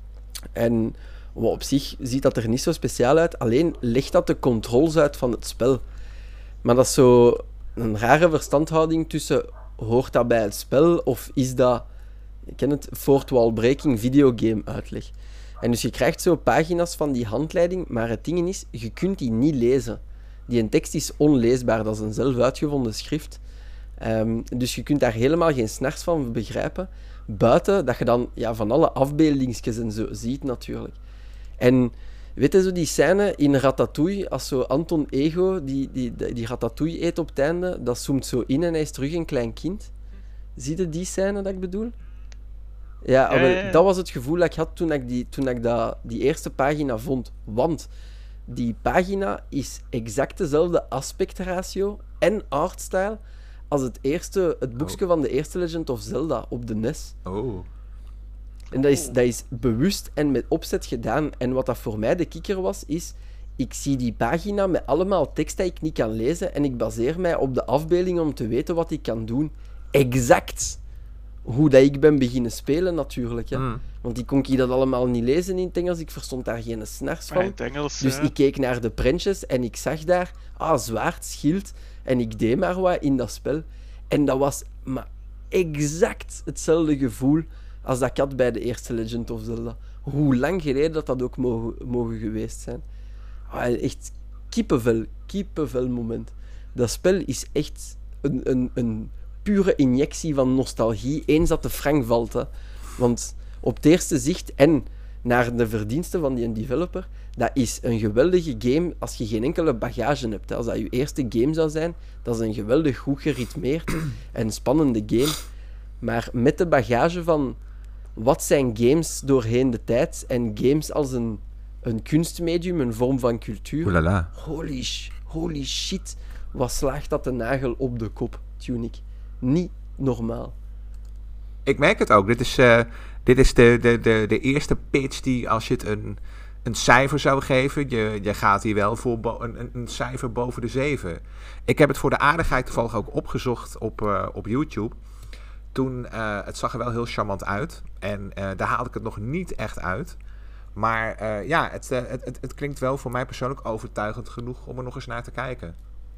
En op zich ziet dat er niet zo speciaal uit, alleen legt dat de controls uit van het spel. Maar dat is zo een rare verstandhouding tussen, hoort dat bij het spel, of is dat, ik ken het, fourth wall breaking videogame uitleg. En dus je krijgt zo pagina's van die handleiding, maar het ding is, je kunt die niet lezen. Die tekst is onleesbaar, dat is een zelf uitgevonden schrift. Um, dus je kunt daar helemaal geen snars van begrijpen. Buiten dat je dan ja, van alle afbeeldingsjes en zo ziet, natuurlijk. En weet je zo die scène in Ratatouille, als zo Anton Ego die, die, die, die Ratatouille eet op het einde, dat zoomt zo in en hij is terug een klein kind. Zie je die scène dat ik bedoel? Ja, maar Ja, ja, ja. dat was het gevoel dat ik had toen ik, die, toen ik dat, die eerste pagina vond. Want die pagina is exact dezelfde aspectratio en artstyle als het, eerste, het boekje Oh. van de eerste Legend of Zelda op de N E S. Oh. En dat is, dat is bewust en met opzet gedaan. En wat dat voor mij de kikker was, is... Ik zie die pagina met allemaal tekst dat ik niet kan lezen en ik baseer mij op de afbeeldingen om te weten wat ik kan doen. Exact hoe dat ik ben beginnen spelen, natuurlijk. Hè. Mm. Want die kon ik dat allemaal niet lezen in het Engels. Ik verstond daar geen snars Maar in van. het Engels, Dus ja. ik keek naar de prentjes en ik zag daar... Ah, zwaard, schild. En ik deed maar wat in dat spel. En dat was maar exact hetzelfde gevoel als dat ik had bij de eerste Legend of Zelda. Hoe lang geleden dat dat ook mogen, mogen geweest zijn. Ah, echt kippenvel, kippenvel moment. Dat spel is echt een, een, een pure injectie van nostalgie, eens dat de frank valt. Hè. Want op het eerste zicht, en naar de verdiensten van die developer, dat is een geweldige game als je geen enkele bagage hebt. Hè. Als dat je eerste game zou zijn, dat is een geweldig goed geritmeerd en spannende game. Maar met de bagage van wat zijn games doorheen de tijd en games als een, een kunstmedium, een vorm van cultuur. Oelala. Holy, sh- holy shit, wat slaagt dat de nagel op de kop, Tunic. Niet normaal. Ik merk het ook. Dit is, eh, dit is de, de, de, de eerste pitch die, als je het een, een cijfer zou geven, je, je gaat hier wel voor bo- een, een, een cijfer boven de zeven. Ik heb het voor de aardigheid toevallig ook opgezocht op, uh, op YouTube. Toen, uh, het zag er wel heel charmant uit. En uh, daar haalde ik het nog niet echt uit. Maar uh, ja, het, uh, het, het, het klinkt wel voor mij persoonlijk overtuigend genoeg om er nog eens naar te kijken.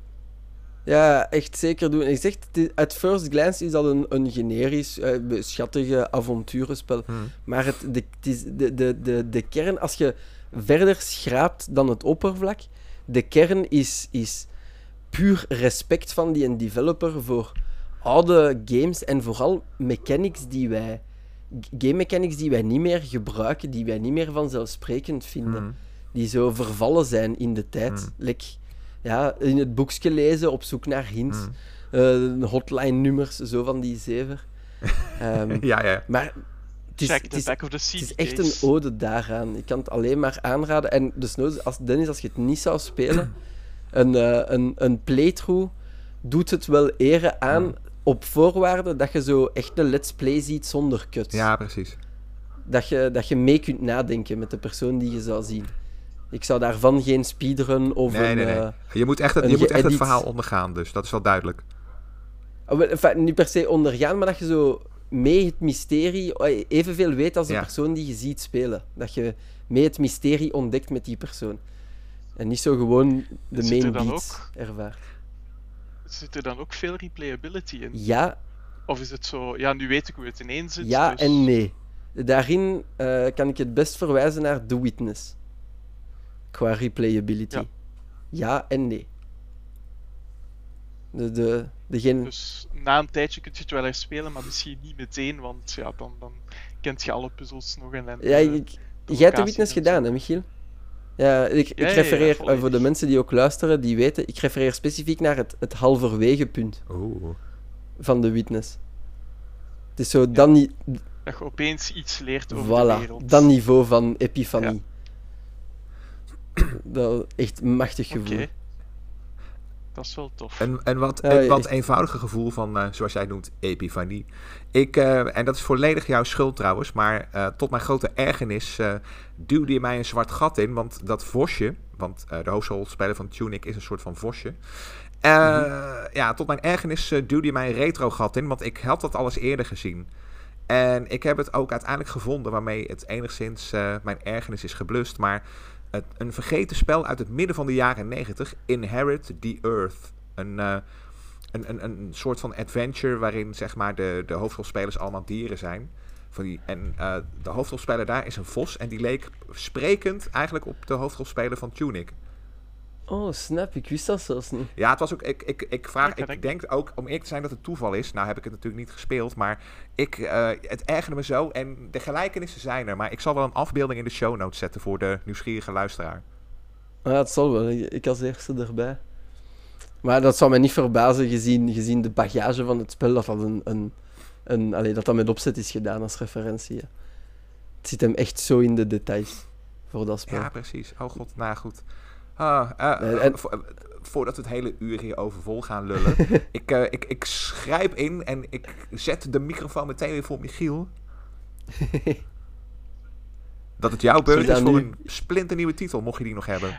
Ja, echt zeker doen. En ik zeg, at first glance is dat een, een generisch, uh, schattige avonturenspel. Hmm. Maar het, de, het is de, de, de, de kern, als je verder schraapt dan het oppervlak, de kern is, is puur respect van die developer voor oude games en vooral mechanics die wij, game mechanics die wij niet meer gebruiken, die wij niet meer vanzelfsprekend vinden. Hmm. Die zo vervallen zijn in de tijd. Hmm. Like, ja, in het boekje lezen, op zoek naar hints. Hmm. Uh, hotline-nummers, zo van die zever. Um, Ja, ja. maar het is, Check het, the is, back of the het C D is echt case. een ode daaraan. Ik kan het alleen maar aanraden. En dus nooit, als, Dennis, als je het niet zou spelen, een, uh, een, een playthrough doet het wel ere aan, Hmm. op voorwaarde dat je zo echt een let's play ziet zonder cuts. Ja, precies. Dat je, dat je mee kunt nadenken met de persoon die je zou zien. Ik zou daarvan geen speedrun of Nee, een... nee, nee. uh, Je moet echt het, een je moet echt het geëdit- verhaal ondergaan, dus dat is wel duidelijk. Oh, wel, enfin, niet per se ondergaan, maar dat je zo mee het mysterie oh, evenveel weet als de Ja. persoon die je ziet spelen. Dat je mee het mysterie ontdekt met die persoon. En niet zo gewoon de Zit er main dan beats ook- ervaart. Zit er dan ook veel replayability in? Ja, Of is het zo... Ja, nu weet ik hoe het ineens zit. ja dus... en nee. Daarin uh, kan ik het best verwijzen naar The Witness. Qua replayability. Ja. Ja en nee. De, de, Degene... Dus na een tijdje kun je het wel herspelen, maar misschien niet meteen, want ja, dan, dan kent je alle puzzels nog en... en Ja, de, ik, de jij hebt de locaties Witness en gedaan, zo. hè, Michiel? Ja, ik, ik Ja, ja, ja, refereer, eh, volledig. voor de mensen die ook luisteren, die weten, ik refereer specifiek naar het, het halverwege punt Oeh. van de Witness. Het is zo, dan niet... Dat je opeens iets leert over de Voilà, wereld. dat niveau van epifanie. Dat echt een machtig Oké. gevoel. Dat is wel tof. Een, een wat, Ja, een wat echt. eenvoudiger gevoel van, uh, zoals jij het noemt, epifanie. Ik, uh, en dat is volledig jouw schuld trouwens, maar uh, tot mijn grote ergernis uh, duwde je mij een zwart gat in, want dat vosje, want uh, de hoofdrolspeler van Tunic is een soort van vosje. Uh, mm-hmm. Ja, tot mijn ergernis uh, duwde je mij een retro gat in, want ik had dat al eens eerder gezien. En ik heb het ook uiteindelijk gevonden waarmee het enigszins uh, mijn ergernis is geblust, maar... Het, een vergeten spel uit het midden van de jaren negentig, Inherit the Earth. Een, uh, een, een, een soort van adventure waarin zeg maar, de, de hoofdrolspelers allemaal dieren zijn. Van die, en uh, de hoofdrolspeler daar is een vos en die leek sprekend eigenlijk op de hoofdrolspeler van Tunic. Oh, snap, ik wist dat zelfs niet. Ja, het was ook, ik, ik, ik vraag, Ja, ik denk ook, om eerlijk te zijn dat het toeval is. Nou heb ik het natuurlijk niet gespeeld, maar ik, uh, het ergerde me zo. En de gelijkenissen zijn er, maar ik zal wel een afbeelding in de show notes zetten voor de nieuwsgierige luisteraar. Ja, het zal wel, ik als eerste erbij. Maar dat zou mij niet verbazen gezien, gezien de bagage van het spel, dat dat, een, een, een, allee, dat dat met opzet is gedaan als referentie. Ja. Het zit hem echt zo in de details voor dat spel. Ja, precies. Oh god, nou goed. Uh, uh, Nee, en... vo- uh, voordat we het hele uur hierover vol gaan lullen. ik, uh, ik, ik schrijp in en ik zet de microfoon meteen weer voor Michiel. Dat het jouw beurt is voor nu... een splinternieuwe titel, mocht je die nog hebben.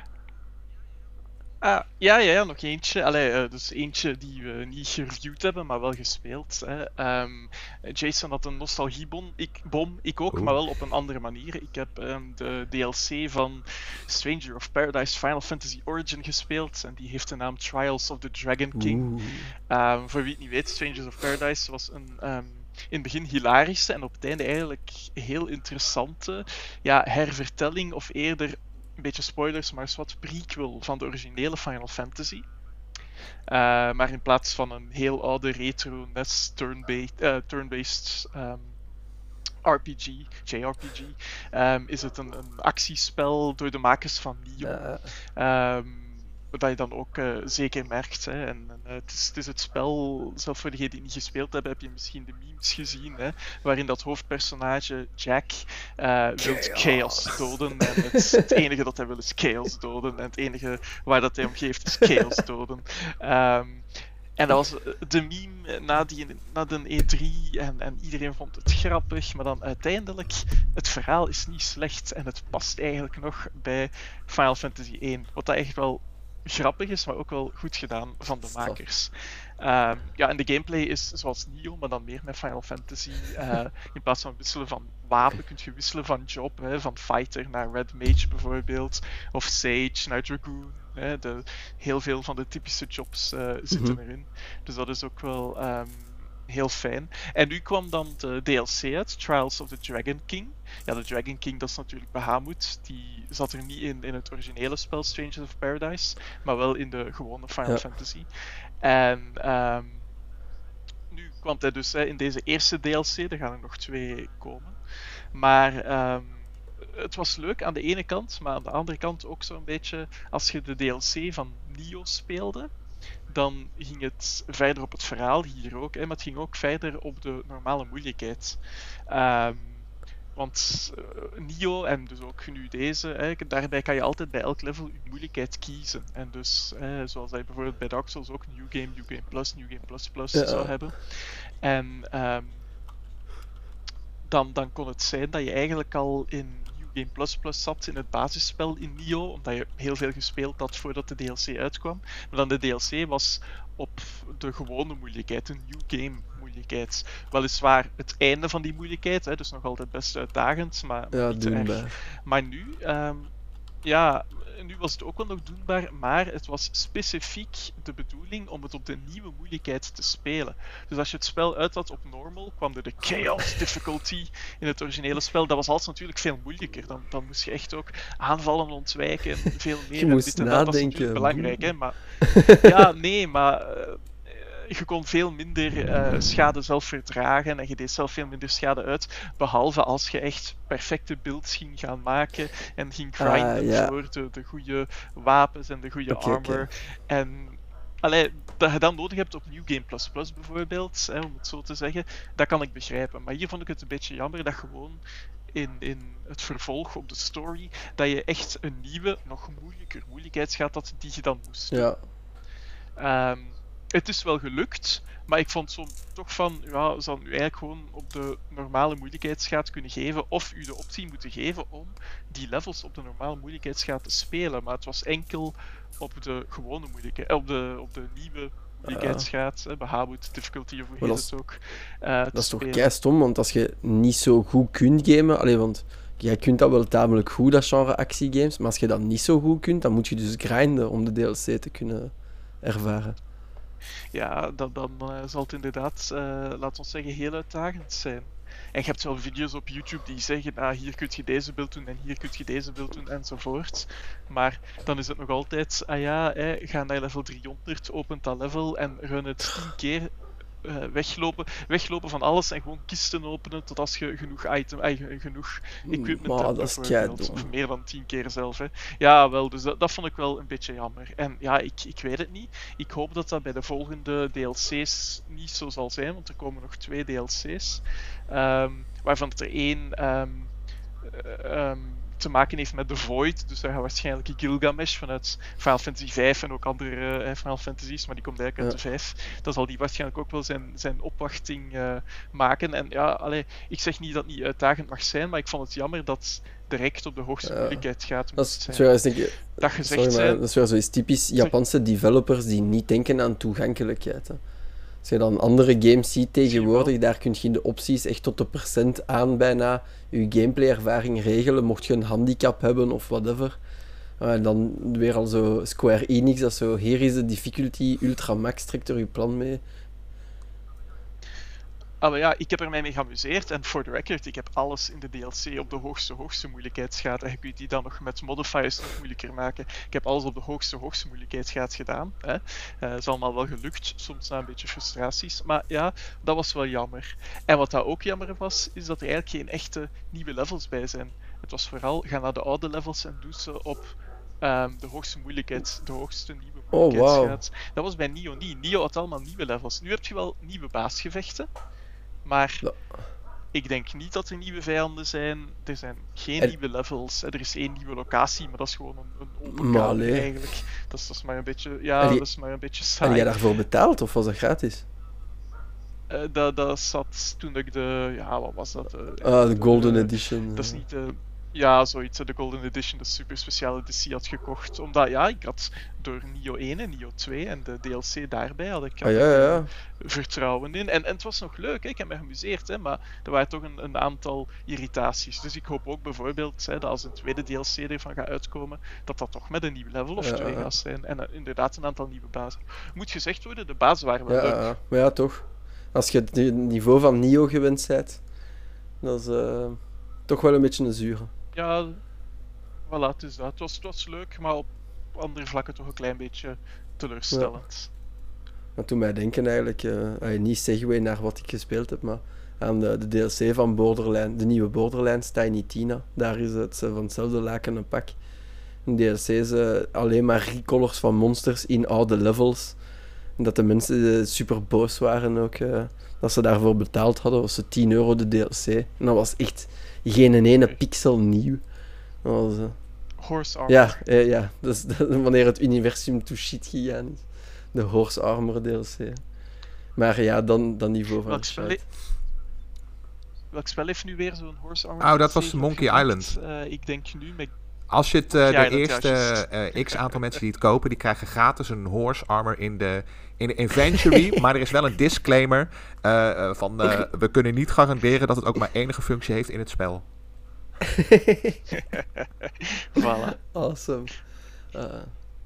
Ah, ja, ja, ja, nog eentje. Allee, uh, dus eentje die we niet gereviewd hebben, maar wel gespeeld. Hè. Um, Jason had een nostalgiebom, ik, bom, ik ook, Oeh. maar wel op een andere manier. Ik heb um, de D L C van Stranger of Paradise Final Fantasy Origin gespeeld en die heeft de naam Trials of the Dragon King. Um, voor wie het niet weet, Strangers of Paradise was een... Um, in het begin hilarische en op het einde eigenlijk heel interessante ja, hervertelling of eerder... een beetje spoilers, maar eens wat prequel van de originele Final Fantasy. Uh, maar in plaats van een heel oude retro N E S turn-based, uh, turn-based um, R P G, J R P G, um, is het een, een actiespel door de makers van Nioh. Uh. Um, dat je dan ook uh, zeker merkt. Hè. En, en, uh, het, is, het is het spel, zelfs voor degenen die het niet gespeeld hebben, heb je misschien de memes gezien, hè, waarin dat hoofdpersonage Jack uh, wil chaos doden. En het, het enige dat hij wil is chaos doden. En het enige waar dat hij om geeft is chaos doden. Um, en dat was de meme na, die, na de E drie en, en iedereen vond het grappig, maar dan uiteindelijk, het verhaal is niet slecht en het past eigenlijk nog bij Final Fantasy één. Wat dat echt wel grappig is, maar ook wel goed gedaan van de makers. Um, ja, en de gameplay is zoals Nioh, maar dan meer met Final Fantasy. Uh, in plaats van wisselen van wapen, kun je wisselen van job, hè, van fighter naar Red Mage bijvoorbeeld, of Sage naar Dragoon. Hè, de, heel veel van de typische jobs uh, zitten Mm-hmm. erin. Dus dat is ook wel um, heel fijn. En nu kwam dan de D L C uit, Trials of the Dragon King. Ja, de Dragon King, dat is natuurlijk Bahamut. Die zat er niet in in het originele spel Strangers of Paradise, maar wel in de gewone Final ja. Fantasy. En um, nu kwam hij dus hè, in deze eerste D L C, er gaan er nog twee komen. Maar um, het was leuk aan de ene kant, maar aan de andere kant ook zo'n beetje, als je de D L C van Nioh speelde, dan ging het verder op het verhaal, hier ook, hè, maar het ging ook verder op de normale moeilijkheid. Um, Want uh, Nioh en dus ook nu deze, hè, daarbij kan je altijd bij elk level je moeilijkheid kiezen. En dus, hè, zoals je bijvoorbeeld bij Dark Souls ook New Game, New Game Plus, New Game Plus Plus ja. zou hebben. En um, dan, dan kon het zijn dat je eigenlijk al in New Game Plus Plus zat in het basisspel in Nioh, omdat je heel veel gespeeld had voordat de D L C uitkwam. Maar dan de D L C was op de gewone moeilijkheid, een New Game moeilijkheid. Weliswaar het einde van die moeilijkheid, hè, dus nog altijd best uitdagend, maar Ja, niet te doenbaar. erg. Maar nu, um, ja, nu was het ook wel nog doenbaar, maar het was specifiek de bedoeling om het op de nieuwe moeilijkheid te spelen. Dus als je het spel uit had op normal, kwam er de chaos difficulty in het originele spel. Dat was alles natuurlijk veel moeilijker. Dan, dan moest je echt ook aanvallen ontwijken en veel meer. Je en moest dit en dat. Dat is nadenken. natuurlijk belangrijk, hè, maar... Ja, nee, maar... Uh, je kon veel minder uh, schade zelf verdragen en je deed zelf veel minder schade uit, behalve als je echt perfecte builds ging gaan maken en ging grinden uh, yeah. voor de, de goede wapens en de goede okay, armor. Okay. En allee, dat je dan nodig hebt op New Game Plus Plus bijvoorbeeld, hè, om het zo te zeggen, dat kan ik begrijpen. Maar hier vond ik het een beetje jammer dat gewoon in, in het vervolg op de story, dat je echt een nieuwe, nog moeilijker moeilijkheidsgraad had die je dan moest doen. Ja. Um, het is wel gelukt, maar ik vond zo toch van, ja, ze hadden u eigenlijk gewoon op de normale moeilijkheidsgraad kunnen geven, of u de optie moeten geven om die levels op de normale moeilijkheidsgraad te spelen. Maar het was enkel op de gewone moeilijkheid, op de, op de nieuwe moeilijkheidsgraad, uh, behaald difficulty of hoe heet het ook. Uh, dat is toch kei stom, want als je niet zo goed kunt gamen, allee, want jij kunt dat wel tamelijk goed, dat genre actiegames, maar als je dat niet zo goed kunt, dan moet je dus grinden om de D L C te kunnen ervaren. Ja, dan, dan uh, zal het inderdaad, uh, laten we zeggen, heel uitdagend zijn. En je hebt wel video's op YouTube die zeggen, ah, hier kun je deze beeld doen en hier kun je deze beeld doen enzovoort. Maar dan is het nog altijd, ah ja, hè, ga naar level driehonderd, opent dat level en run het tien keer. Uh, weglopen, weglopen van alles en gewoon kisten openen tot als je genoeg item, uh, genoeg equipment maar, hebt, dat is bijvoorbeeld, of meer dan tien keer zelf. Hè. Ja, wel, dus dat, dat vond ik wel een beetje jammer. En ja, ik, ik weet het niet. Ik hoop dat dat bij de volgende D L C's niet zo zal zijn, want er komen nog twee D L C's, um, waarvan er één um, uh, um, te maken heeft met The Void, dus daar gaat waarschijnlijk Gilgamesh vanuit Final Fantasy vijf en ook andere uh, Final Fantasies, maar die komt eigenlijk uit ja. de vijf. Dan zal die waarschijnlijk ook wel zijn, zijn opwachting uh, maken. En ja, allee, ik zeg niet dat het niet uitdagend mag zijn, maar ik vond het jammer dat direct op de hoogste ja. moeilijkheid gaat. Dat is, zijn. Sorry, denk ik, dat gezegd sorry, maar zijn. dat is wel zoiets typisch Japanse developers die niet denken aan toegankelijkheid. Hè. Als je dan andere games ziet tegenwoordig, daar kun je in de opties echt tot de percent aan bijna je gameplay-ervaring regelen, mocht je een handicap hebben of whatever. Uh, dan weer al zo Square Enix, dat zo, hier is de difficulty, ultra max, trekt er je plan mee. Ah, ja, ik heb er mij mee geamuseerd en for the record, ik heb alles in de D L C op de hoogste, hoogste moeilijkheidsgraad en je kunt die dan nog met modifiers nog moeilijker maken. Ik heb alles op de hoogste, hoogste moeilijkheidsgraad gedaan. Hè. Uh, is allemaal wel gelukt, soms na een beetje frustraties, maar ja, dat was wel jammer. En wat dat ook jammer was, is dat er eigenlijk geen echte nieuwe levels bij zijn. Het was vooral, ga naar de oude levels en doe ze op um, de hoogste moeilijkheid, de hoogste nieuwe moeilijkheidsgraad. Oh, wow. Dat was bij Nioh niet. Nioh had allemaal nieuwe levels. Nu heb je wel nieuwe baasgevechten. Maar ja. ik denk niet dat er nieuwe vijanden zijn. Er zijn geen en... nieuwe levels. Er is één nieuwe locatie, maar dat is gewoon een, een open kamer eigenlijk. Dat is, dat is maar een beetje, ja, die... dat is maar een beetje saai. Heb jij daarvoor betaald of was dat gratis? Uh, dat, dat zat toen ik de, ja, wat was dat? Uh, ah, de Golden uh, Edition. Dat is niet de, ja, zoiets, de Golden Edition, de super speciale editie had gekocht. Omdat, ja, ik had door Nioh één en Nioh twee en de D L C daarbij had ik ah, ja, ja. vertrouwen in. En, en het was nog leuk, hè? Ik heb me geamuseerd, hè? Maar er waren toch een, een aantal irritaties. Dus ik hoop ook bijvoorbeeld, hè, dat als een tweede D L C ervan gaat uitkomen, dat dat toch met een nieuw level of ja, twee gaat zijn. En uh, inderdaad een aantal nieuwe bazen. Moet gezegd worden, de bazen waren wel ja, leuk. Ja, maar ja, toch. Als je het niveau van Nioh gewend bent, dat is uh, toch wel een beetje een zure. Ja, voilà, het is dat. Het was, het was leuk, maar op andere vlakken toch een klein beetje teleurstellend. Ja. Dat doet mij denken eigenlijk, uh, niet segway naar wat ik gespeeld heb, maar aan de, de D L C van Borderlands, de nieuwe Borderlands, Tiny Tina. Daar is het van hetzelfde laken een pak. In D L C is uh, alleen maar recolors van monsters in oude levels. En dat de mensen uh, super boos waren ook, uh, dat ze daarvoor betaald hadden. Was ze tien euro de D L C. En dat was echt geen ene pixel nieuw. Dat was, uh... Horse Armor. Ja, uh, ja. Dat is, dat, wanneer het universum to shit gegaan is. De Horse Armor D L C. Maar ja, dan, dan niveau van Welk spel, he... Welk spel heeft nu weer zo'n Horse Armor? Oh, dat was Monkey Island. Uh, ik denk nu met... Als je het, uh, de eerste uh, x aantal mensen die het kopen, die krijgen gratis een Horse Armor in de, in de inventory. Maar er is wel een disclaimer uh, uh, van uh, we kunnen niet garanderen dat het ook maar enige functie heeft in het spel. Voilà. Awesome. Uh.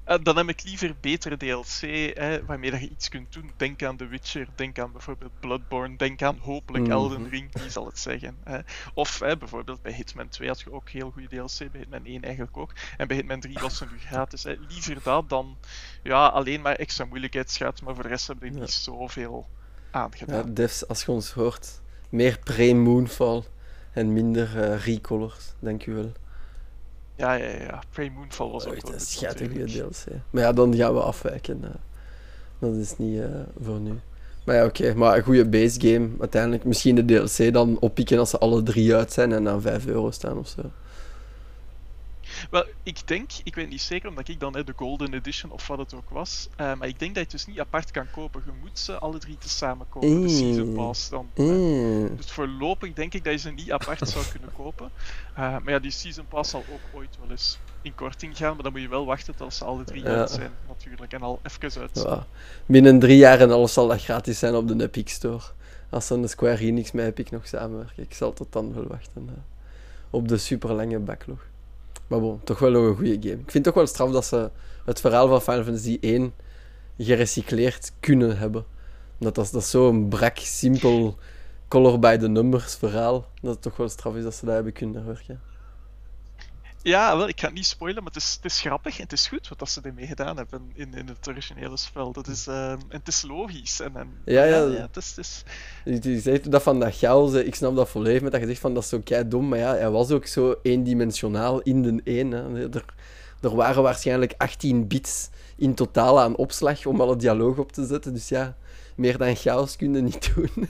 Uh, dan heb ik liever betere D L C, hè, waarmee dat je iets kunt doen. Denk aan The Witcher, denk aan bijvoorbeeld Bloodborne, denk aan hopelijk Mhm. Elden Ring, wie zal het zeggen. Hè. Of hè, bijvoorbeeld bij Hitman twee had je ook heel goede D L C, bij Hitman één eigenlijk ook. En bij Hitman drie was het nu gratis. Hè. Liever dat dan ja, alleen maar extra moeilijkheidsgraad, maar voor de rest heb ik Ja. niet zoveel Ja, aangedaan. devs, als je ons hoort, meer pre-Moonfall en minder eh recolors, denk je wel. Ja, ja, ja. ja. Prey Moonfall was ook Ooit wel een goed, schattige natuurlijk. D L C. Maar ja, dan gaan we afwijken. eh. Dat is niet eh, voor nu. Maar ja, oké. Maar een goede base game. Uiteindelijk misschien de D L C dan oppikken als ze alle drie uit zijn en dan vijf euro staan of zo. Wel, ik denk, ik weet niet zeker, omdat ik dan hè, de Golden Edition of wat het ook was, uh, maar ik denk dat je het dus niet apart kan kopen. Je moet ze alle drie tezamen kopen, de Mm. Season Pass dan. hè. Mm. Dus voorlopig denk ik dat je ze niet apart zou kunnen kopen. Uh, maar ja, die Season Pass zal ook ooit wel eens in korting gaan, maar dan moet je wel wachten tot ze alle drie Ja. uit zijn, natuurlijk. En al even uit zijn. Ja. Binnen drie jaar en alles zal dat gratis zijn op de Epic Store. Als dan de Square Enix met Epic nog samenwerken. Ik zal tot dan wel wachten. eh, op de super lange backlog. Maar bon, toch wel nog een goede game. Ik vind het toch wel straf dat ze het verhaal van Final Fantasy één gerecycleerd kunnen hebben. Omdat dat, dat is zo'n brak, simpel, color by the numbers verhaal. Dat het toch wel straf is dat ze dat hebben kunnen werken. Ja, wel, ik ga het niet spoilen, maar het is, het is grappig en het is goed wat dat ze ermee gedaan hebben in, in het originele spel. Dat is, uh, en het is logisch. En, en, Ja, ja. ja het is, het is... Je, je zegt dat van dat chaos, ik snap dat volledig met dat je zegt van dat is zo kei dom, maar ja, hij was ook zo eendimensionaal in de één. Hè. Er, er waren waarschijnlijk achttien bits in totaal aan opslag om alle dialoog op te zetten, dus ja, meer dan chaos kun je niet doen.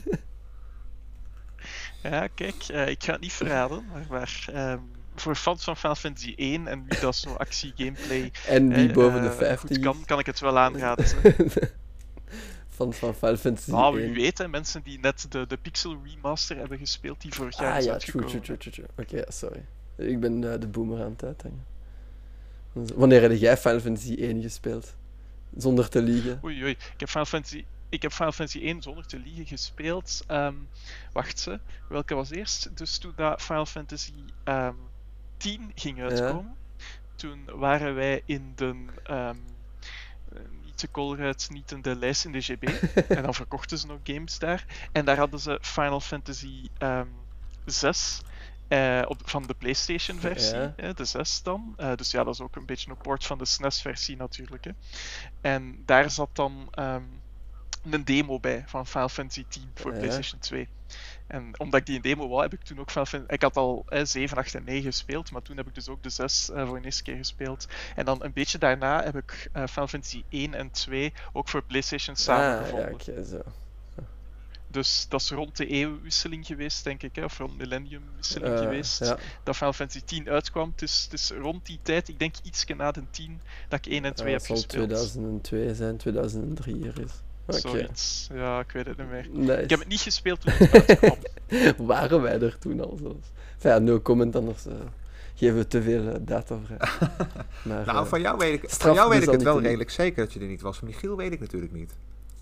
Ja, kijk, uh, ik ga het niet verraden, maar, maar um, voor fans van Final Fantasy één en wie dat zo actie-gameplay En die uh, boven de uh, vijftig goed kan, kan ik het wel aanraden. Fans van Final Fantasy Nou, één. wie weet, hè, mensen die net de, de Pixel Remaster hebben gespeeld, die vorig jaar Ah is ja, true, uitgekomen. true, true, true. Oké, okay, sorry. Ik ben uh, de boomer aan het uithangen. Dus, wanneer heb jij Final Fantasy één gespeeld? Zonder te liegen. Oei, oei. Ik heb Final Fantasy... Ik heb Final Fantasy één zonder te liegen gespeeld. Um, wacht ze, welke was eerst? Dus toen dat Final Fantasy um, tien ging uitkomen, ja. Toen waren wij in de... Um, niet de Colruyt, niet in de lijst in de G B. En dan verkochten ze nog games daar. En daar hadden ze Final Fantasy um, zes... Uh, op, van de PlayStation-versie, ja. hè, de zes dan. Uh, dus ja, dat is ook een beetje een port van de S N E S-versie natuurlijk. Hè. En daar zat dan um, een demo bij van Final Fantasy tien voor ja. PlayStation twee. En omdat ik die een demo wou, heb ik toen ook Final Fantasy... Ik had al eh, zeven, acht en negen gespeeld, maar toen heb ik dus ook de zes uh, voor de eerste keer gespeeld. En dan een beetje daarna heb ik uh, Final Fantasy één en twee ook voor PlayStation samengevonden. Ah, ja, oké, zo. Dus dat is rond de eeuwwisseling geweest, denk ik, hè? Of rond de millenniumwisseling uh, geweest, ja. dat Final Fantasy tien uitkwam. Het is, het is rond die tijd, ik denk ietsje na de tien, dat ik één en twee uh, heb gespeeld. Het zal tweeduizend twee zijn, tweeduizend drie er is. Okay. Zoiets, ja, ik weet het niet meer. Nice. Ik heb het niet gespeeld toen het uitkwam. Waren wij er toen al zelfs? Enfin, ja, no comment, anders uh, geven we te veel uh, data vrij. Maar, nou, uh, van jou weet ik, van jou weet ik het wel redelijk zeker dat je er niet was. Van Michiel weet ik natuurlijk niet.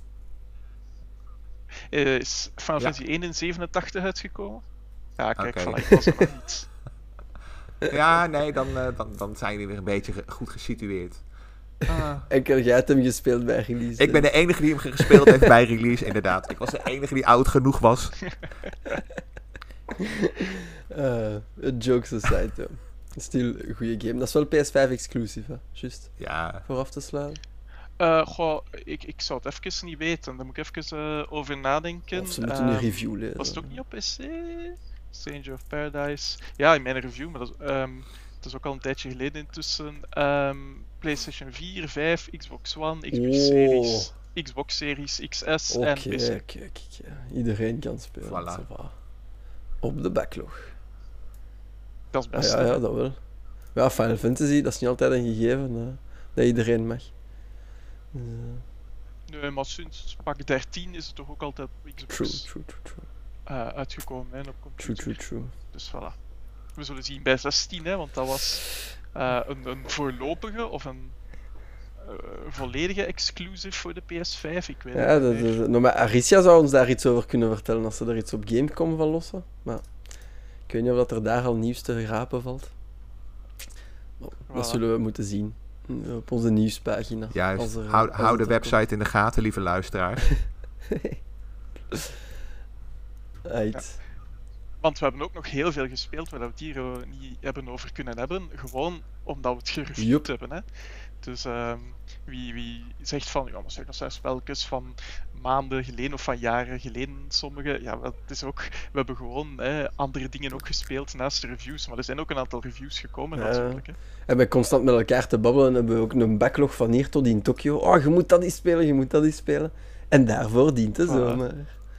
Uh, is Final Fantasy ja. één in zevenentachtig uitgekomen? Ja, kijk, okay. Van, ik was er nog niet. Ja, nee, dan, uh, dan, dan zijn jullie weer een beetje ge- goed gesitueerd. Ah. En jij hebt hem gespeeld bij release? Ik ben de enige die hem gespeeld heeft bij release, inderdaad. Ik was de enige die oud genoeg was. uh, jokes aside, though. Still een goede game. Dat is wel P S vijf exclusive, hè? Juist. Ja. Vooraf te slaan. Uh, goh, ik, ik zou het even niet weten. Daar moet ik even uh, over nadenken. Of ze moeten um, een review lezen. Was het ook niet op P C? Stranger of Paradise. Ja, in mijn review, maar dat, um, dat is ook al een tijdje geleden intussen. Um, PlayStation vier, vijf, Xbox One, Xbox oh. Series, Xbox Series X S okay, en P C. Oké, oké, oké. Iedereen kan spelen. Voilà. Op de backlog. Dat is best. Ja, ja, dat wel. Ja, Final Fantasy, dat is niet altijd een gegeven hè, dat iedereen mag. Uh. Nee, maar sinds pak dertien is het toch ook altijd op Xbox true, true, true, true. Uh, uitgekomen hè, op computer. True, true, true. Dus voilà. We zullen zien bij zestien, hè, want dat was uh, een, een voorlopige of een uh, volledige exclusive voor de P S vijf. Ik weet ja, het dat, niet. Dat, nou, maar Aricia zou ons daar iets over kunnen vertellen als ze er iets op Gamecom van lossen. Maar ik weet niet of dat er daar al nieuws te rapen valt. Nou, voilà. Dat zullen we moeten zien. Op onze nieuwspagina. Juist, er, hou, hou de website komt. in de gaten, lieve luisteraar. Uit. Ja. Want we hebben ook nog heel veel gespeeld waar we het hier uh, niet hebben over kunnen hebben. Gewoon omdat we het gereviewd Yep. hebben. Hè. Dus um, wie, wie zegt van, ja, maar zeg, dat zijn spelletjes van maanden geleden of van jaren geleden, sommige. Ja, wel, het is ook, we hebben gewoon hè, andere dingen ook gespeeld naast de reviews. Maar er zijn ook een aantal reviews gekomen Ja. natuurlijk. Hè. En bij constant met elkaar te babbelen hebben we ook een backlog van hier tot in Tokio. Oh, je moet dat eens spelen, je moet dat eens spelen. En daarvoor dient de Voilà. zomer.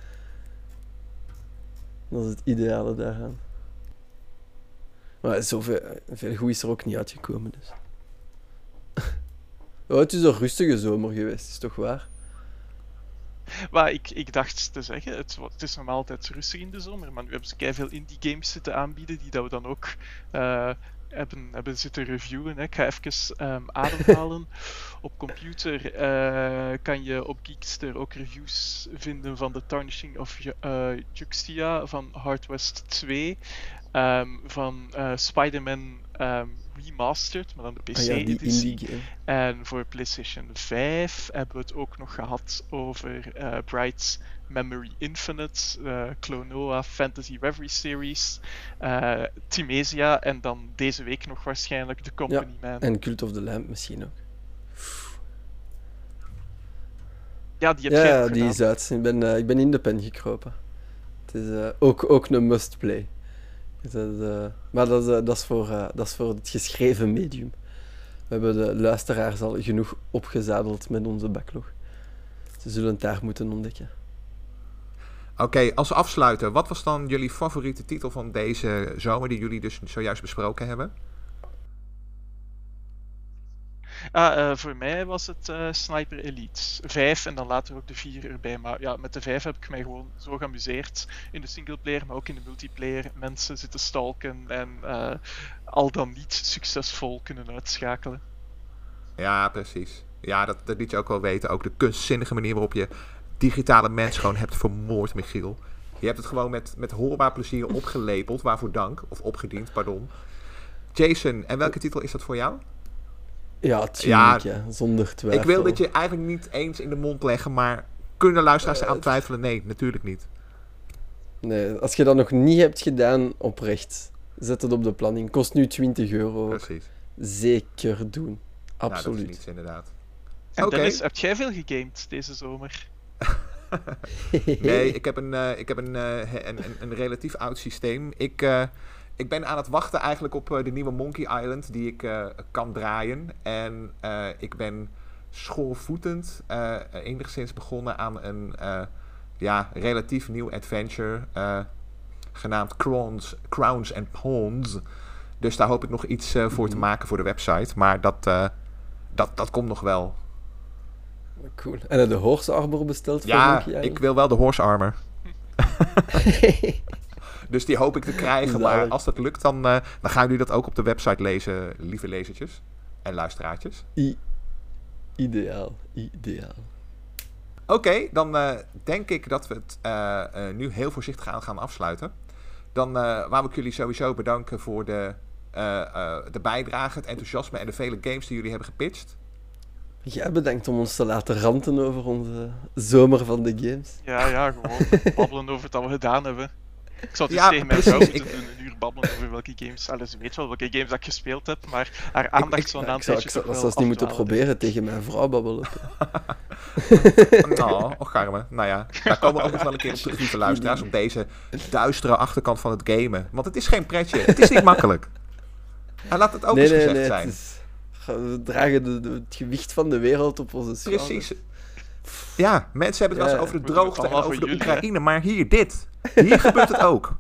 Dat is het ideale daaraan. Maar zoveel veel goed is er ook niet uitgekomen, dus. Oh, het is een rustige zomer geweest, is toch waar? Maar ik, ik dacht te zeggen, het, wa- het is normaal altijd rustig in de zomer, maar nu hebben ze keiveel indie games zitten aanbieden die dat we dan ook eh, hebben, hebben zitten reviewen. Hè. Ik ga even ehm, ademhalen. Op computer eh, kan je op Geekster ook reviews vinden van The Tarnishing of Ju- eh, Juxtia, van Hard West twee, ehm, van eh, Spider-Man ehm, Remastered, maar dan de Ah ja, die P C-editie. indie game. En voor PlayStation vijf hebben we het ook nog gehad over eh Bright's Memory Infinite, eh, Klonoa Fantasy Reverie Series, eh Timesia en dan deze week nog waarschijnlijk The Company Man. En Cult of the Lamb misschien ook. Ja, die heb jij Ja, ook die gedaan. is uit. Ik ben, eh, ik ben in de pen gekropen. Het is eh, ook, ook een must-play. Dus dat is, eh, maar dat is, eh, dat, is voor, eh, dat is voor het geschreven medium. We hebben de luisteraars al genoeg opgezadeld met onze backlog. Ze zullen het daar moeten ontdekken. Oké, okay, als afsluiter, wat was dan jullie favoriete titel van deze zomer die jullie dus zojuist besproken hebben? Ah, eh, voor mij was het eh, Sniper Elite vijf en dan later ook de vier erbij. Maar ja, met de vijf heb ik mij gewoon zo geamuseerd in de singleplayer, maar ook in de multiplayer. Mensen zitten stalken en uh, al dan niet succesvol kunnen uitschakelen. Ja, precies. Ja, dat, dat liet je ook wel weten. Ook de kunstzinnige manier waarop je digitale mens gewoon hebt vermoord, Michiel. Je hebt het gewoon met, met hoorbaar plezier opgelepeld. Waarvoor dank. Of opgediend, pardon. Jason, en welke titel is dat voor jou? Ja, tuurlijk, ja, ja, zonder twijfel. Ik wil dit je eigenlijk niet eens in de mond leggen, maar kunnen luisteraars eraan twijfelen? Nee, natuurlijk niet. Nee, als je dat nog niet hebt gedaan, oprecht. Zet het op de planning. Kost nu twintig euro. Precies. Zeker doen. Absoluut. Nou, dat is niets, inderdaad. En Oké. Dennis, heb jij veel gegamed deze zomer? Nee, ik heb een, uh, ik heb een, uh, een, een, een relatief oud systeem. Ik, uh, ik ben aan het wachten eigenlijk op uh, de nieuwe Monkey Island die ik uh, kan draaien. En uh, ik ben schoorvoetend uh, enigszins begonnen aan een uh, ja, relatief nieuw adventure uh, genaamd Crowns, Crowns and Pawns. Dus daar hoop ik nog iets uh, voor te maken voor de website. Maar dat, uh, dat, dat komt nog wel. Cool. En heb je de horse armor besteld voor Ja, Monkey Island? ik wil wel de horse armor. Dus die hoop ik te krijgen. Maar als dat lukt, dan, uh, dan gaan jullie dat ook op de website lezen, lieve lezertjes en luisteraartjes. I- ideaal, ideaal. Oké, okay, dan uh, denk ik dat we het uh, uh, nu heel voorzichtig aan gaan afsluiten. Dan uh, wou ik jullie sowieso bedanken voor de, uh, uh, de bijdrage, het enthousiasme en de vele games die jullie hebben gepitcht. Jij bedankt om ons te laten ranten over onze zomer van de games. Ja, ja, gewoon babbelen over wat we gedaan hebben. Ik zou het Ja, eens tegen mijn precies. vrouw moeten Ik- doen, een uur babbelen over welke games. Allee, ze weet wel welke games dat ik gespeeld heb, maar haar aandacht zou Ja, na een ik zou, tijdje ik zou toch dat wel zelfs niet moeten afdwalen. proberen tegen mijn vrouw babbelen. Nou, och garme. Nou ja, daar komen we ook nog wel een keer op terug, lieve luisteraars, op deze duistere achterkant van het gamen. Want het is geen pretje, het is niet makkelijk. En laat het ook nee, eens nee, gezegd nee. zijn. Het is, we dragen de, de- het gewicht van de wereld op onze schouders. Precies. Ja, mensen hebben het wel eens Ja, over de we doen het droogte en allemaal over voor de jullie, hè. Oekraïne, maar hier, dit. Hier gebeurt het ook.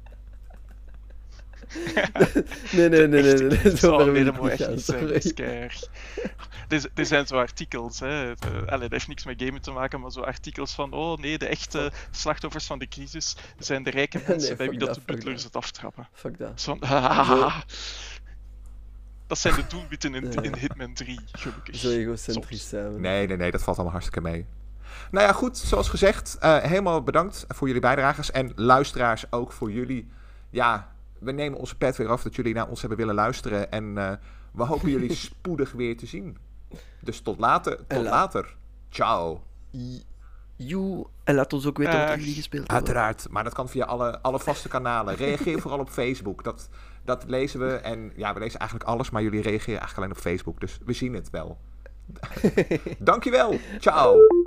Nee, nee, nee, nee. nee, nee. Zo ver wil nee, ik dat moet niet echt gaan, niet zijn, sorry. dat is keihard. Er z- er zijn zo artikels, hè. Het, eh, allee, dat heeft niks met gamen te maken, maar zo artikels van oh nee, de echte slachtoffers van de crisis zijn de rijke mensen Nee, bij wie fuck dat dat, de fuck butlers dat. het aftrappen. Fuck dat. Zo van, hahaha. Dat zijn de doelwitten in, Ja. in Hitman drie, gelukkig. Zo egocentrisch Soms. zijn we. Nee, nee, nee, dat valt allemaal hartstikke mee. Nou ja, goed, zoals gezegd, uh, helemaal bedankt voor jullie bijdragers en luisteraars ook voor jullie. Ja, we nemen onze pet weer af dat jullie naar ons hebben willen luisteren en uh, We hopen jullie spoedig weer te zien. Dus tot later. Tot En la- later. Ciao. Y- Joe. En laat ons ook weten wat Dag. jullie gespeeld hebben. Uiteraard, maar dat kan via alle, alle vaste kanalen. Reageer vooral op Facebook. Dat, dat lezen we. En ja, we lezen eigenlijk alles, maar jullie reageren eigenlijk alleen op Facebook. Dus we zien het wel. Dankjewel. Ciao.